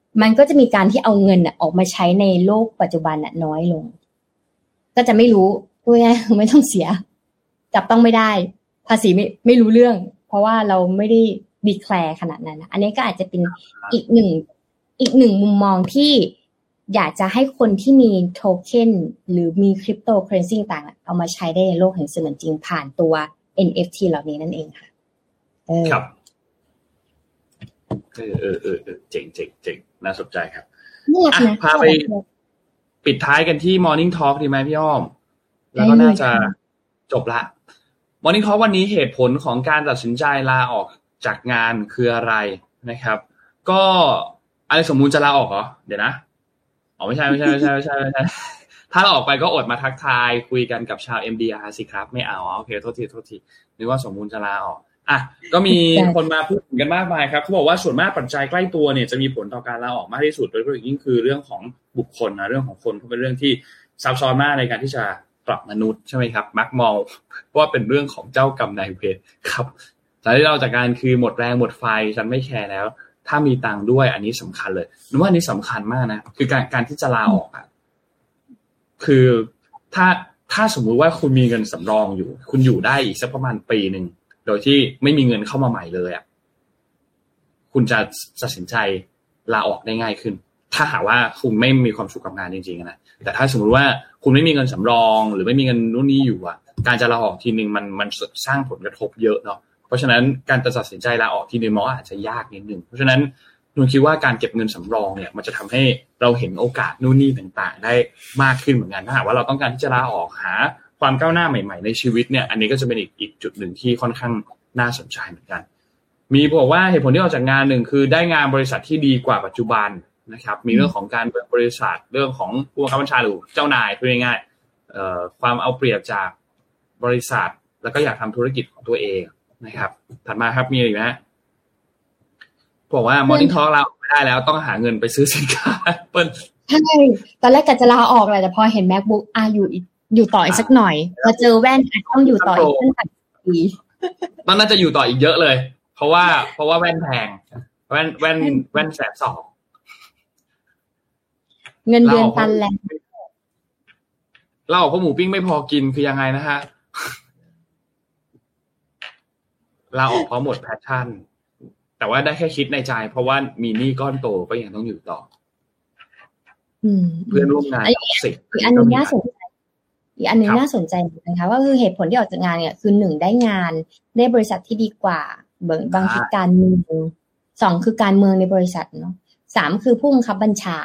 มันก็จะมีการที่เอาเงินออกมาใช้ในโลกปัจจุบันน้อยลงก็จะไม่รู้ด้วยไงไม่ต้องเสียจับต้องไม่ได้ภาษีไม่รู้เรื่องเพราะว่าเราไม่ได้ดีแคลร์ขนาดนั้นอันนี้ก็อาจจะเป็นอีกหนึ่งมุมมองที่อยากจะให้คนที่มีโทเค็นหรือมีคริปโตเคอเรนซีต่างๆเอามาใช้ได้ในโลกแห่งเสมือนจริงผ่านตัว NFT เหล่านี้นั่นเองค่ะครับเจ๋งน่าสนใจครับพาไปปิดท้ายกันที่ Morning Talk ดีไหมพี่อ้อมแล้วก็น่าจะจบละ Morning Talk วันนี้เหตุผลของการตัดสินใจลาออกจากงานคืออะไรนะครับก็อะไรสมมุติจะลาออกเหรอเดี๋ยวนะไม่ใช่ถ้าเราออกไปก็อดมาทักทายคุยกันกับชาว MDR สิครับไม่เอาโอเคโทษทีนึกว่าสมมุติจะลาออกก็มีคนมาพูดกันมากมายครับเขาบอกว่าส่วนมากปัจจัยใกล้ตัวเนี่ยจะมีผลต่อการลาออกมากที่สุดโดยเฉพาะอย่างยิ่งคือเรื่องของบุคคลนะเรื่องของคนเป็นเรื่องที่ซับซ้อนมากในการที่จะปรับมนุษย์ใช่ไหมครับมักมองว่าเป็นเรื่องของเจ้ากรรมนายเวรครับแต่ที่เราจากการคือหมดแรงหมดไฟฉันไม่แคร์แล้วถ้ามีตังค์ด้วยอันนี้สำคัญเลยนึกว่าอันนี้สำคัญมากนะคือการที่จะลาออกคือถ้าสมมุติว่าคุณมีเงินสำรองอยู่คุณอยู่ได้อีกสักประมาณปีนึงโดยที่ไม่มีเงินเข้ามาใหม่เลยคุณจะตัดสินใจลาออกได้ง่ายขึ้นถ้าหากว่าคุณไม่มีความสุขกับงานจริงๆนะแต่ถ้าสมมุติว่าคุณไม่มีเงินสำรองหรือไม่มีเงินนู่นนี่อยู่การจะลาออกทีนึงมันสร้างผลกระทบเยอะเนาะเพราะฉะนั้นการตัดสินใจลาออกทีนึงมันอาจจะยากนิดนึงเพราะฉะนั้นนุ่นคิดว่าการเก็บเงินสำรองเนี่ยมันจะทำให้เราเห็นโอกาสนู่นนี่ต่างๆได้มากขึ้นเหมือนกันถ้าหากว่าเราต้องการที่จะลาออกหาความก้าวหน้าใหม่ๆในชีวิตเนี่ยอันนี้ก็จะเป็นอีกจุดหนึ่งที่ค่อนข้างน่าสนใจเหมือนกันมีบอกว่าเหตุผลที่ออกจากงานหนึ่งคือได้งานบริษัทที่ดีกว่าปัจจุบันนะครับมีเรื่องของการเปิดบริษัทเรื่องของผู้บังคับบัญชาหรือเจ้านายพูดง่ายๆความเอาเปรียบจากบริษัทแล้วก็อยากทำธุรกิจของตัวเองนะครับถัดมาครับมีอะไรไหมบอกว่า Morning Talk เราไม่ได้แล้วต้องหาเงินไปซื้อสินค้าเปิ้ลใช่ตอนแรกกะจะลาออกแหละแต่พอเห็น MacBook อยู่ต่ออีกสักหน่อยพอเจอแว่นต้องอยู่ต่ออีกตั้งแต่ปีน่าจะอยู่ต่ออีกเยอะเลยเพราะว่าแว่นแพงแว่น120,000 เงินเดือนตันแรงเราเพราะหมูปิ้งไม่พอกินคือยังไงนะฮะลาออกเพราะหมดแพชชั่นแต่ว่าได้แค่คิดในใจเพราะว่ามีหนี้ก้อนโตก็ยังต้องอยู่ต่อเพื่อนร่วมงานอีกอันนึงน่าสนใจนะคะว่าคือเหตุผลที่ออกจากงานเนี่ยคือ1ได้งานได้บริษัทที่ดีกว่าบางทีการเมือง2คือการเมืองในบริษัทเนาะ3คือผู้บังคับบัญชา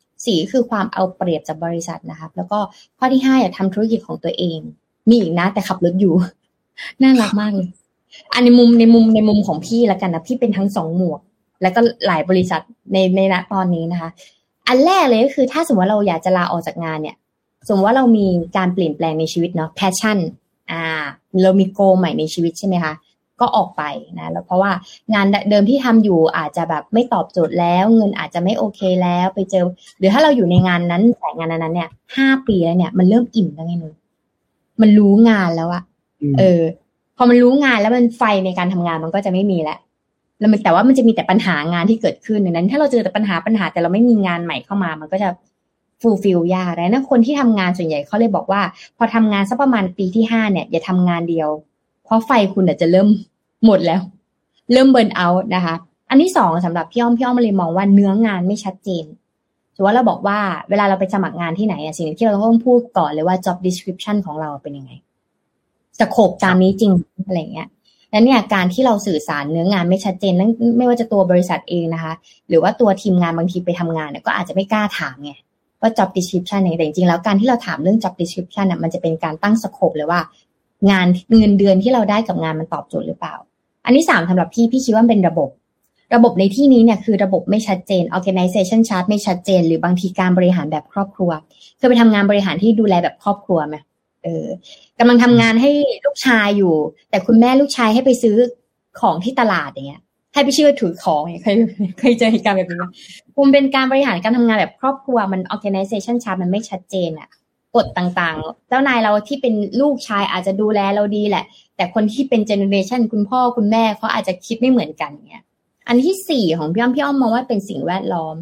4คือความเอาเปรียบจากบริษัทนะคะแล้วก็ข้อที่5อยากทำธุรกิจของตัวเองมีอีกนะแต่ขับรถอยู่น่ารักมากเลยอันในมุมของพี่ละกันนะพี่เป็นทั้ง2หมวกแล้วก็หลายบริษัทในณตอนนี้นะคะอันแรกเลยก็คือถ้าสมมติว่าเราอยากจะลาออกจากงานเนี่ยสมมติว่าเรามีการเปลี่ยนแปลงในชีวิตเนาะแพชชั่นเรามีโกใหม่ในชีวิตใช่ไหมคะก็ออกไปนะแล้วเพราะว่างานเดิมที่ทำอยู่อาจจะแบบไม่ตอบโจทย์แล้วเงินอาจจะไม่โอเคแล้วไปเจอหรือถ้าเราอยู่ในงานนั้นสายงานนั้นเนี่ย5 ปีแล้วเนี่ยมันเริ่มอิ่มแล้วไงนุ้ยมันรู้งานแล้วอะพอมันรู้งานแล้วมันไฟในการทำงานมันก็จะไม่มีแล้วแต่ว่ามันจะมีแต่ปัญหางานที่เกิดขึ้นดังนั้นถ้าเราเจอแต่ปัญหาแต่เราไม่มีงานใหม่เข้ามามันก็จะฟูลฟิลยากเลยนะคนที่ทำงานส่วนใหญ่เขาเลยบอกว่าพอทำงานสักประมาณปีที่5เนี่ยอย่าทำงานเดียวเพราะไฟคุณจะเริ่มหมดแล้วเริ่มเบิร์นเอาท์นะคะอันที่2สำหรับพี่อ้อมเลยมองว่าเนื้องานไม่ชัดเจนถือว่าเราบอกว่าเวลาเราไปสมัครงานที่ไหนสิ่งที่เราต้องพูดก่อนเลยว่า job description ของเราเป็นยังไงสโคปตามนี้จริงอะไรเงี้ยแล้วเนี่ยการที่เราสื่อสารเนื้องานไม่ชัดเจนนั้นไม่ว่าจะตัวบริษัทเองนะคะหรือว่าตัวทีมงานบางทีไปทำงานเนี่ยก็อาจจะไม่กล้าถามไงว่า job description เนี่ยแต่จริงๆแล้วการที่เราถามเรื่อง job description เนี่ยมันจะเป็นการตั้งสโคปเลยว่างานเงินเดือนที่เราได้กับงานมันตอบโจทย์หรือเปล่าอันที่3สำหรับพี่คิดว่าเป็นระบบในที่นี้เนี่ยคือระบบไม่ชัดเจน organization chart ไม่ชัดเจนหรือบางทีการบริหารแบบครอบครัวเคยไปทำงานบริหารที่ดูแลแบบครอบครัวไหมกำลังทำงานให้ลูกชายอยู่แต่คุณแม่ลูกชายให้ไปซื้อของที่ตลาดอย่างเงี้ยให้ไปช่วยถือของเคยเจอเหตุการณ์แบบนี้คุณเป็นการบริหารการทำงานแบบครอบครัวมัน organization chart มันไม่ชัดเจนอะกฎต่างๆเจ้านายเราที่เป็นลูกชายอาจจะดูแลเราดีแหละแต่คนที่เป็นเจเนอเรชันคุณพ่อคุณแม่เขาอาจจะคิดไม่เหมือนกันเงี้ยอันที่4ของพี่อ้อมมองว่าเป็นสิ่งแวดล้อม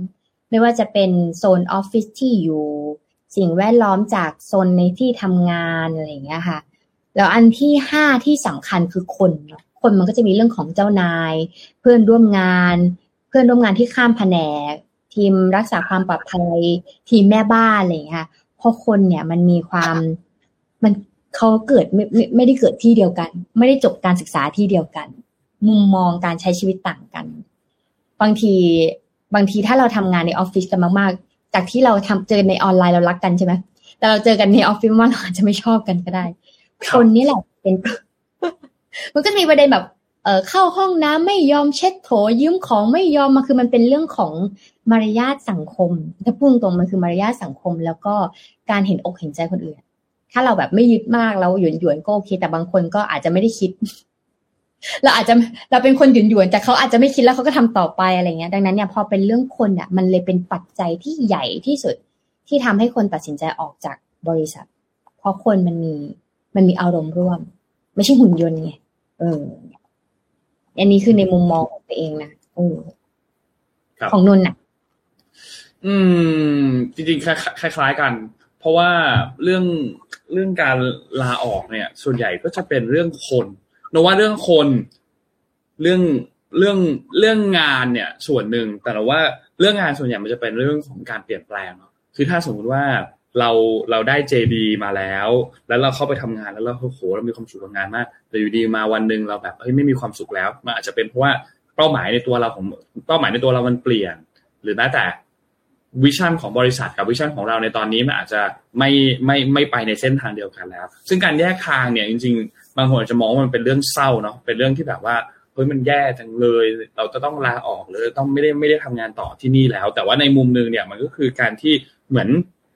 ไม่ว่าจะเป็นโซนออฟฟิศที่อยู่สิ่งแวดล้อมจากโซนในที่ทำงานอะไรอย่างเงี้ยค่ะแล้วอันที่5ที่สำคัญคือคนคนมันก็จะมีเรื่องของเจ้านายเพื่อนร่วมงานที่ข้ามแผนกทีมรักษาความปลอดภัยทีมแม่บ้านอะไรอย่างเงี้ยค่ะเพราะคนเนี่ยมันมีความมันเขาเกิดไม่ได้เกิดที่เดียวกันไม่ได้จบการศึกษาที่เดียวกันมุมมองการใช้ชีวิตต่างกันบางทีถ้าเราทำงานในออฟฟิศกันมากๆจากที่เราเจอในออนไลน์เรารักกันใช่ไหมแต่เราเจอกันในออฟฟิศว่าเราอาจจะไม่ชอบกันก็ได้คนนี่แหละเป็น มันก็จะมีประเด็นแบบเข้าห้องน้ำไม่ยอมเช็ดโถยืมของไม่ยอมมาคือมันเป็นเรื่องของมารยาทสังคมถ้าพูดตรงมันคือมารยาทสังคมแล้วก็การเห็นอกเห็นใจคนอื่นถ้าเราแบบไม่ยึดมากแล้วหยวนๆก็โอเคแต่บางคนก็อาจจะไม่ได้คิด เราเป็นคนหยวนๆแต่เขาอาจจะไม่คิดแล้วเขาก็ทำต่อไปอะไรเงี้ยดังนั้นเนี่ยพอเป็นเรื่องคนเนี่ยมันเลยเป็นปัจจัยที่ใหญ่ที่สุดที่ทำให้คนตัดสินใจออกจากบริษัทเพราะคนมันมีอารมณ์ร่วมไม่ใช่หุ่นยนต์ไงอันนี้คือในมุมมองของตัวเองนะของนนท์น่ะจริงๆคล้ายๆกันเพราะว่าเรื่องการลาออกเนี่ยส่วนใหญ่ก็จะเป็นเรื่องคนนว่าเรื่องคนเรื่องงานเนี่ยส่วนหนึ่งแต่ว่าเรื่องงานส่วนใหญ่มันจะเป็นเรื่องของการเปลี่ยนแปลงเนาะคือถ้าสมมุติว่าเราได้ JD มาแล้วเราเข้าไปทำงานแล้วเราโอ้โหเรามีความสุขกับงานมากแต่อยู่ดีมาวันนึงเราแบบเฮ้ยไม่มีความสุขแล้วมันอาจจะเป็นเพราะว่าเป้าหมายในตัวเรามันเปลี่ยนหรือแม้แต่วิชั่นของบริษัทกับวิชั่นของเราในตอนนี้มันอาจจะไม่ไปในเส้นทางเดียวกันแล้วซึ่งการแยกทางเนี่ยจริงๆบางคนอาจจะมองว่ามันเป็นเรื่องเศร้าเนาะเป็นเรื่องที่แบบว่าเฮ้ยมันแย่จังเลยเราจะต้องลาออกหรือต้องไม่ได้ทำงานต่อที่นี่แล้วแต่ว่าในมุมนึงเนี่ยมันก็คือการที่เหมือน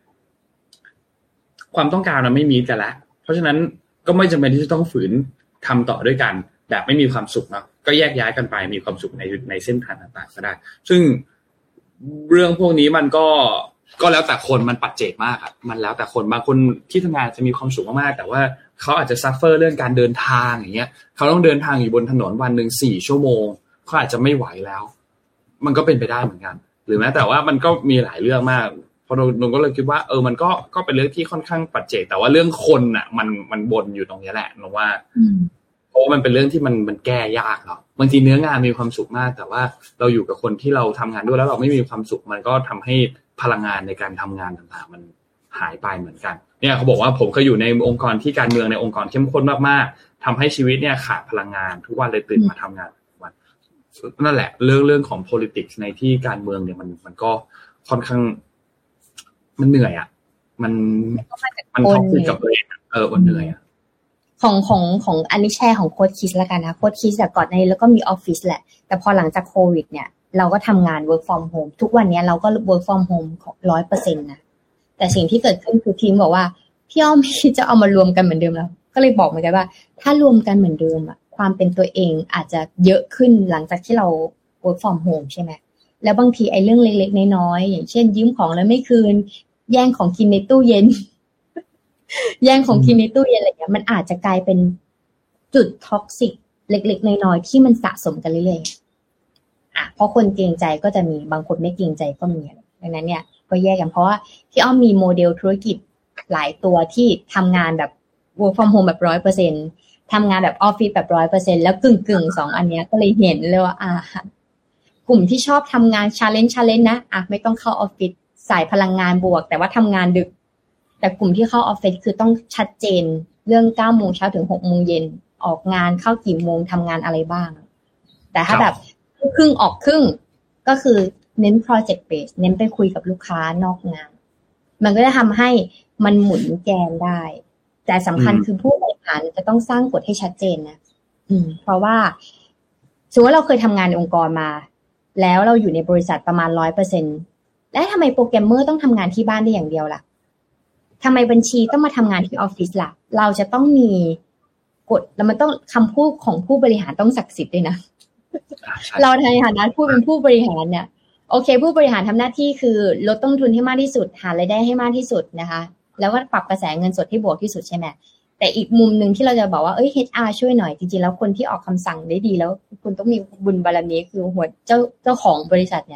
ความต้องการมันไม่มีกันแล้วเพราะฉะนั้นก็ไม่จำเป็นที่จะต้องฝืนทำต่อด้วยกันแบบไม่มีความสุขเนาะก็แยกย้ายกันไปมีความสุขในเส้นทางต่างๆก็ได้ซึ่งเรื่องพวกนี้มันก็แล้วแต่คนมันปัจเจกมากอ่ะมันแล้วแต่คนบางคนที่ทำงานจะมีความสุขมากๆแต่ว่าเขาอาจจะซัฟเฟอร์เรื่องการเดินทางอย่างเงี้ยเขาต้องเดินทางอยู่บนถนนวันนึง4 ชั่วโมงเขาอาจจะไม่ไหวแล้วมันก็เป็นไปได้เหมือนกันหรือแม้แต่ว่ามันก็มีหลายเรื่องมากพอหนูก็เลยคิดว่ามันก็เป็นเรื่องที่ค่อนข้างปัจเจกแต่ว่าเรื่องคนน่ะมันบนอยู่ตรงนี้แหละหนูว่าเพราะมันเป็นเรื่องที่มันแก้ยากเนาะบางทีเนื้องานมีความสุขมากแต่ว่าเราอยู่กับคนที่เราทำงานด้วยแล้วเราไม่มีความสุขมันก็ทำให้พลังงานในการทำงานต่างๆมันหายไปเหมือนกันเนี่ยเขาบอกว่าผมเคยอยู่ในองค์กรที่การเมืองในองค์กรเข้มข้นมากๆทำให้ชีวิตเนี่ยขาดพลังงานทุกวันเลยตื่นมาทำงานวันนั่นแหละเรื่องของ politics ในที่การเมืองเนี่ยมันก็ค่อนข้างมันเหนื่อยอ่ะมันท็อกซิกกับตัวเองมันเหนื่อยอ่ะของอันนี้แชร์ของโค้ชคิสแล้วกันนะโค้ชคิสก่อนในแล้วก็มีออฟฟิศแหละแต่พอหลังจากโควิดเนี่ยเราก็ทำงาน work from home ทุกวันนี้เราก็ work from home 100% นะแต่สิ่งที่เกิดขึ้นคือทีมบอกว่าพี่อ้อมคิดจะเอามารวมกันเหมือนเดิมแล้วก็เลยบอกเหมือนกันว่าถ้ารวมกันเหมือนเดิมอ่ะความเป็นตัวเองอาจจะเยอะขึ้นหลังจากที่เรา work from home ใช่ไหมแล้วบางทีไอ้เรื่องเล็กๆน้อยๆอย่างเช่นยืมของแล้วไม่คืนแย่งของกินในตู้เย็น แย่งของกินในตู้เย็นอะไรอย่างเงี้ยมันอาจจะกลายเป็นจุดท็อกซิกเล็กๆน้อยๆที่มันสะสมกันเรื่อยๆเพราะคนเกรงใจก็จะมีบางคนไม่เกรงใจก็มีดังนั้นเนี่ยก็แยกกันเพราะว่าพี่อ้อมมีโมเดลธุรกิจหลายตัวที่ทำงานแบบ work from home แบบ 100% ทำงานแบบออฟฟิศแบบ 100% แล้วกึ่งๆ2อันเนี้ยก็เลยเห็นเลยว่ากลุ่มที่ชอบทำงาน challenge นะไม่ต้องเข้าออฟฟิศสายพลังงานบวกแต่ว่าทำงานดึกแต่กลุ่มที่เข้าออฟฟิศคือต้องชัดเจนเรื่อง 9 โมงเช้าถึง 6 โมงเย็นออกงานเข้ากี่โมงทำงานอะไรบ้างแต่ถ้าแบบครึ่งออกครึ่งก็คือเน้น project base เน้นไปคุยกับลูกค้านอกงานมันก็จะทำให้มันหมุนแกนได้แต่สำคัญคือผู้บริหารจะต้องสร้างกฎให้ชัดเจนนะเพราะว่าสมมติว่าเราเคยทำงานในองค์กรมาแล้วเราอยู่ในบริษัทประมาณ 100%และทำไมโปรแกรมเมอร์ต้องทำงานที่บ้านได้อย่างเดียวล่ะทำไมบัญชีต้องมาทำงานที่ออฟฟิศล่ะเราจะต้องมีกฎแล้วมันต้องคำพูดของผู้บริหารต้องศักดิ์สิทธิ์ด้วยนะเราในฐานะผู้เป็นผู้บริหารเนี่ยโอเคผู้บริหารทำหน้าที่คือลดต้นทุนให้มากที่สุดหารายได้ให้มากที่สุดนะคะแล้วก็ปรับกระแสเงินสดให้บวกที่สุดใช่ไหมแต่อีกมุมนึงที่เราจะบอกว่าHR ช่วยหน่อยจริงๆแล้วคนที่ออกคำสั่งได้ดีแล้วคุณต้องมีบุญบารมีคือหัวเจ้าของบริษัทเนี่ย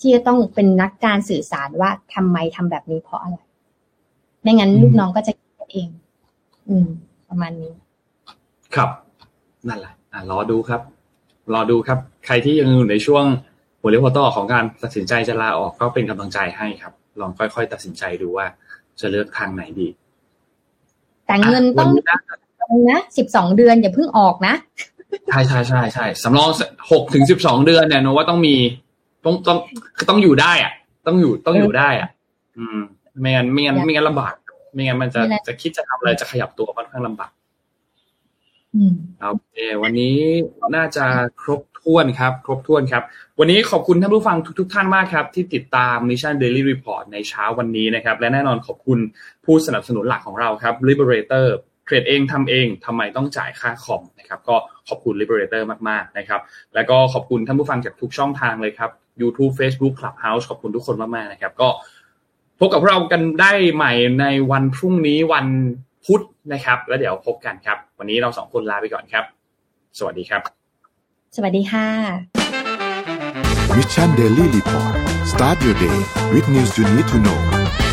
ที่จะต้องเป็นนักการสื่อสารว่าทำไมทำแบบนี้เพราะอะไรไม่งั้นลูกน้องก็จะคิดเองประมาณนี้ครับนั่นแหละรอดูครับใครที่ยังอยู่ในช่วงหัวเลี้ยวหัวต่อของการตัดสินใจจะลาออกก็เป็นกำลังใจให้ครับลองค่อยๆตัดสินใจดูว่าจะเลือกทางไหนดีแต่เงินต้องนะ12เดือนอย่าเพิ่งออกนะใช่ๆๆๆสำรอง6ถึง12เดือนเนี่ยนะว่าต้องมีต้องอยู่ได้อ่ะต้องอยู่ได้อ่ะไม่งั้นลำบากไม่งั้นมันจะคิดจะทำอะไรจะขยับตัวค่อนข้างลำบากโอเควันนี้น่าจะครบถ้วนครับวันนี้ขอบคุณท่านผู้ฟังทุกท่านมากครับที่ติดตาม Mission Daily Report ในเช้าวันนี้นะครับและแน่นอนขอบคุณผู้สนับสนุนหลักของเราครับ Liberator เทรดเองทำเองทำไมต้องจ่ายค่าคอมนะครับก็ขอบคุณ Liberator มากๆนะครับแล้วก็ขอบคุณท่านผู้ฟังจากทุกช่องทางเลยครับ YouTube Facebook Clubhouse ขอบคุณทุกคนมากๆนะครับก็พบกับเรากันได้ใหม่ในวันพรุ่งนี้วันพุธนะครับแล้วเดี๋ยวพบกันครับวันนี้เรา2คนลาไปก่อนครับสวัสดีครับสวัสดีค่ะ Mission Daily Report Start your day with news you need to know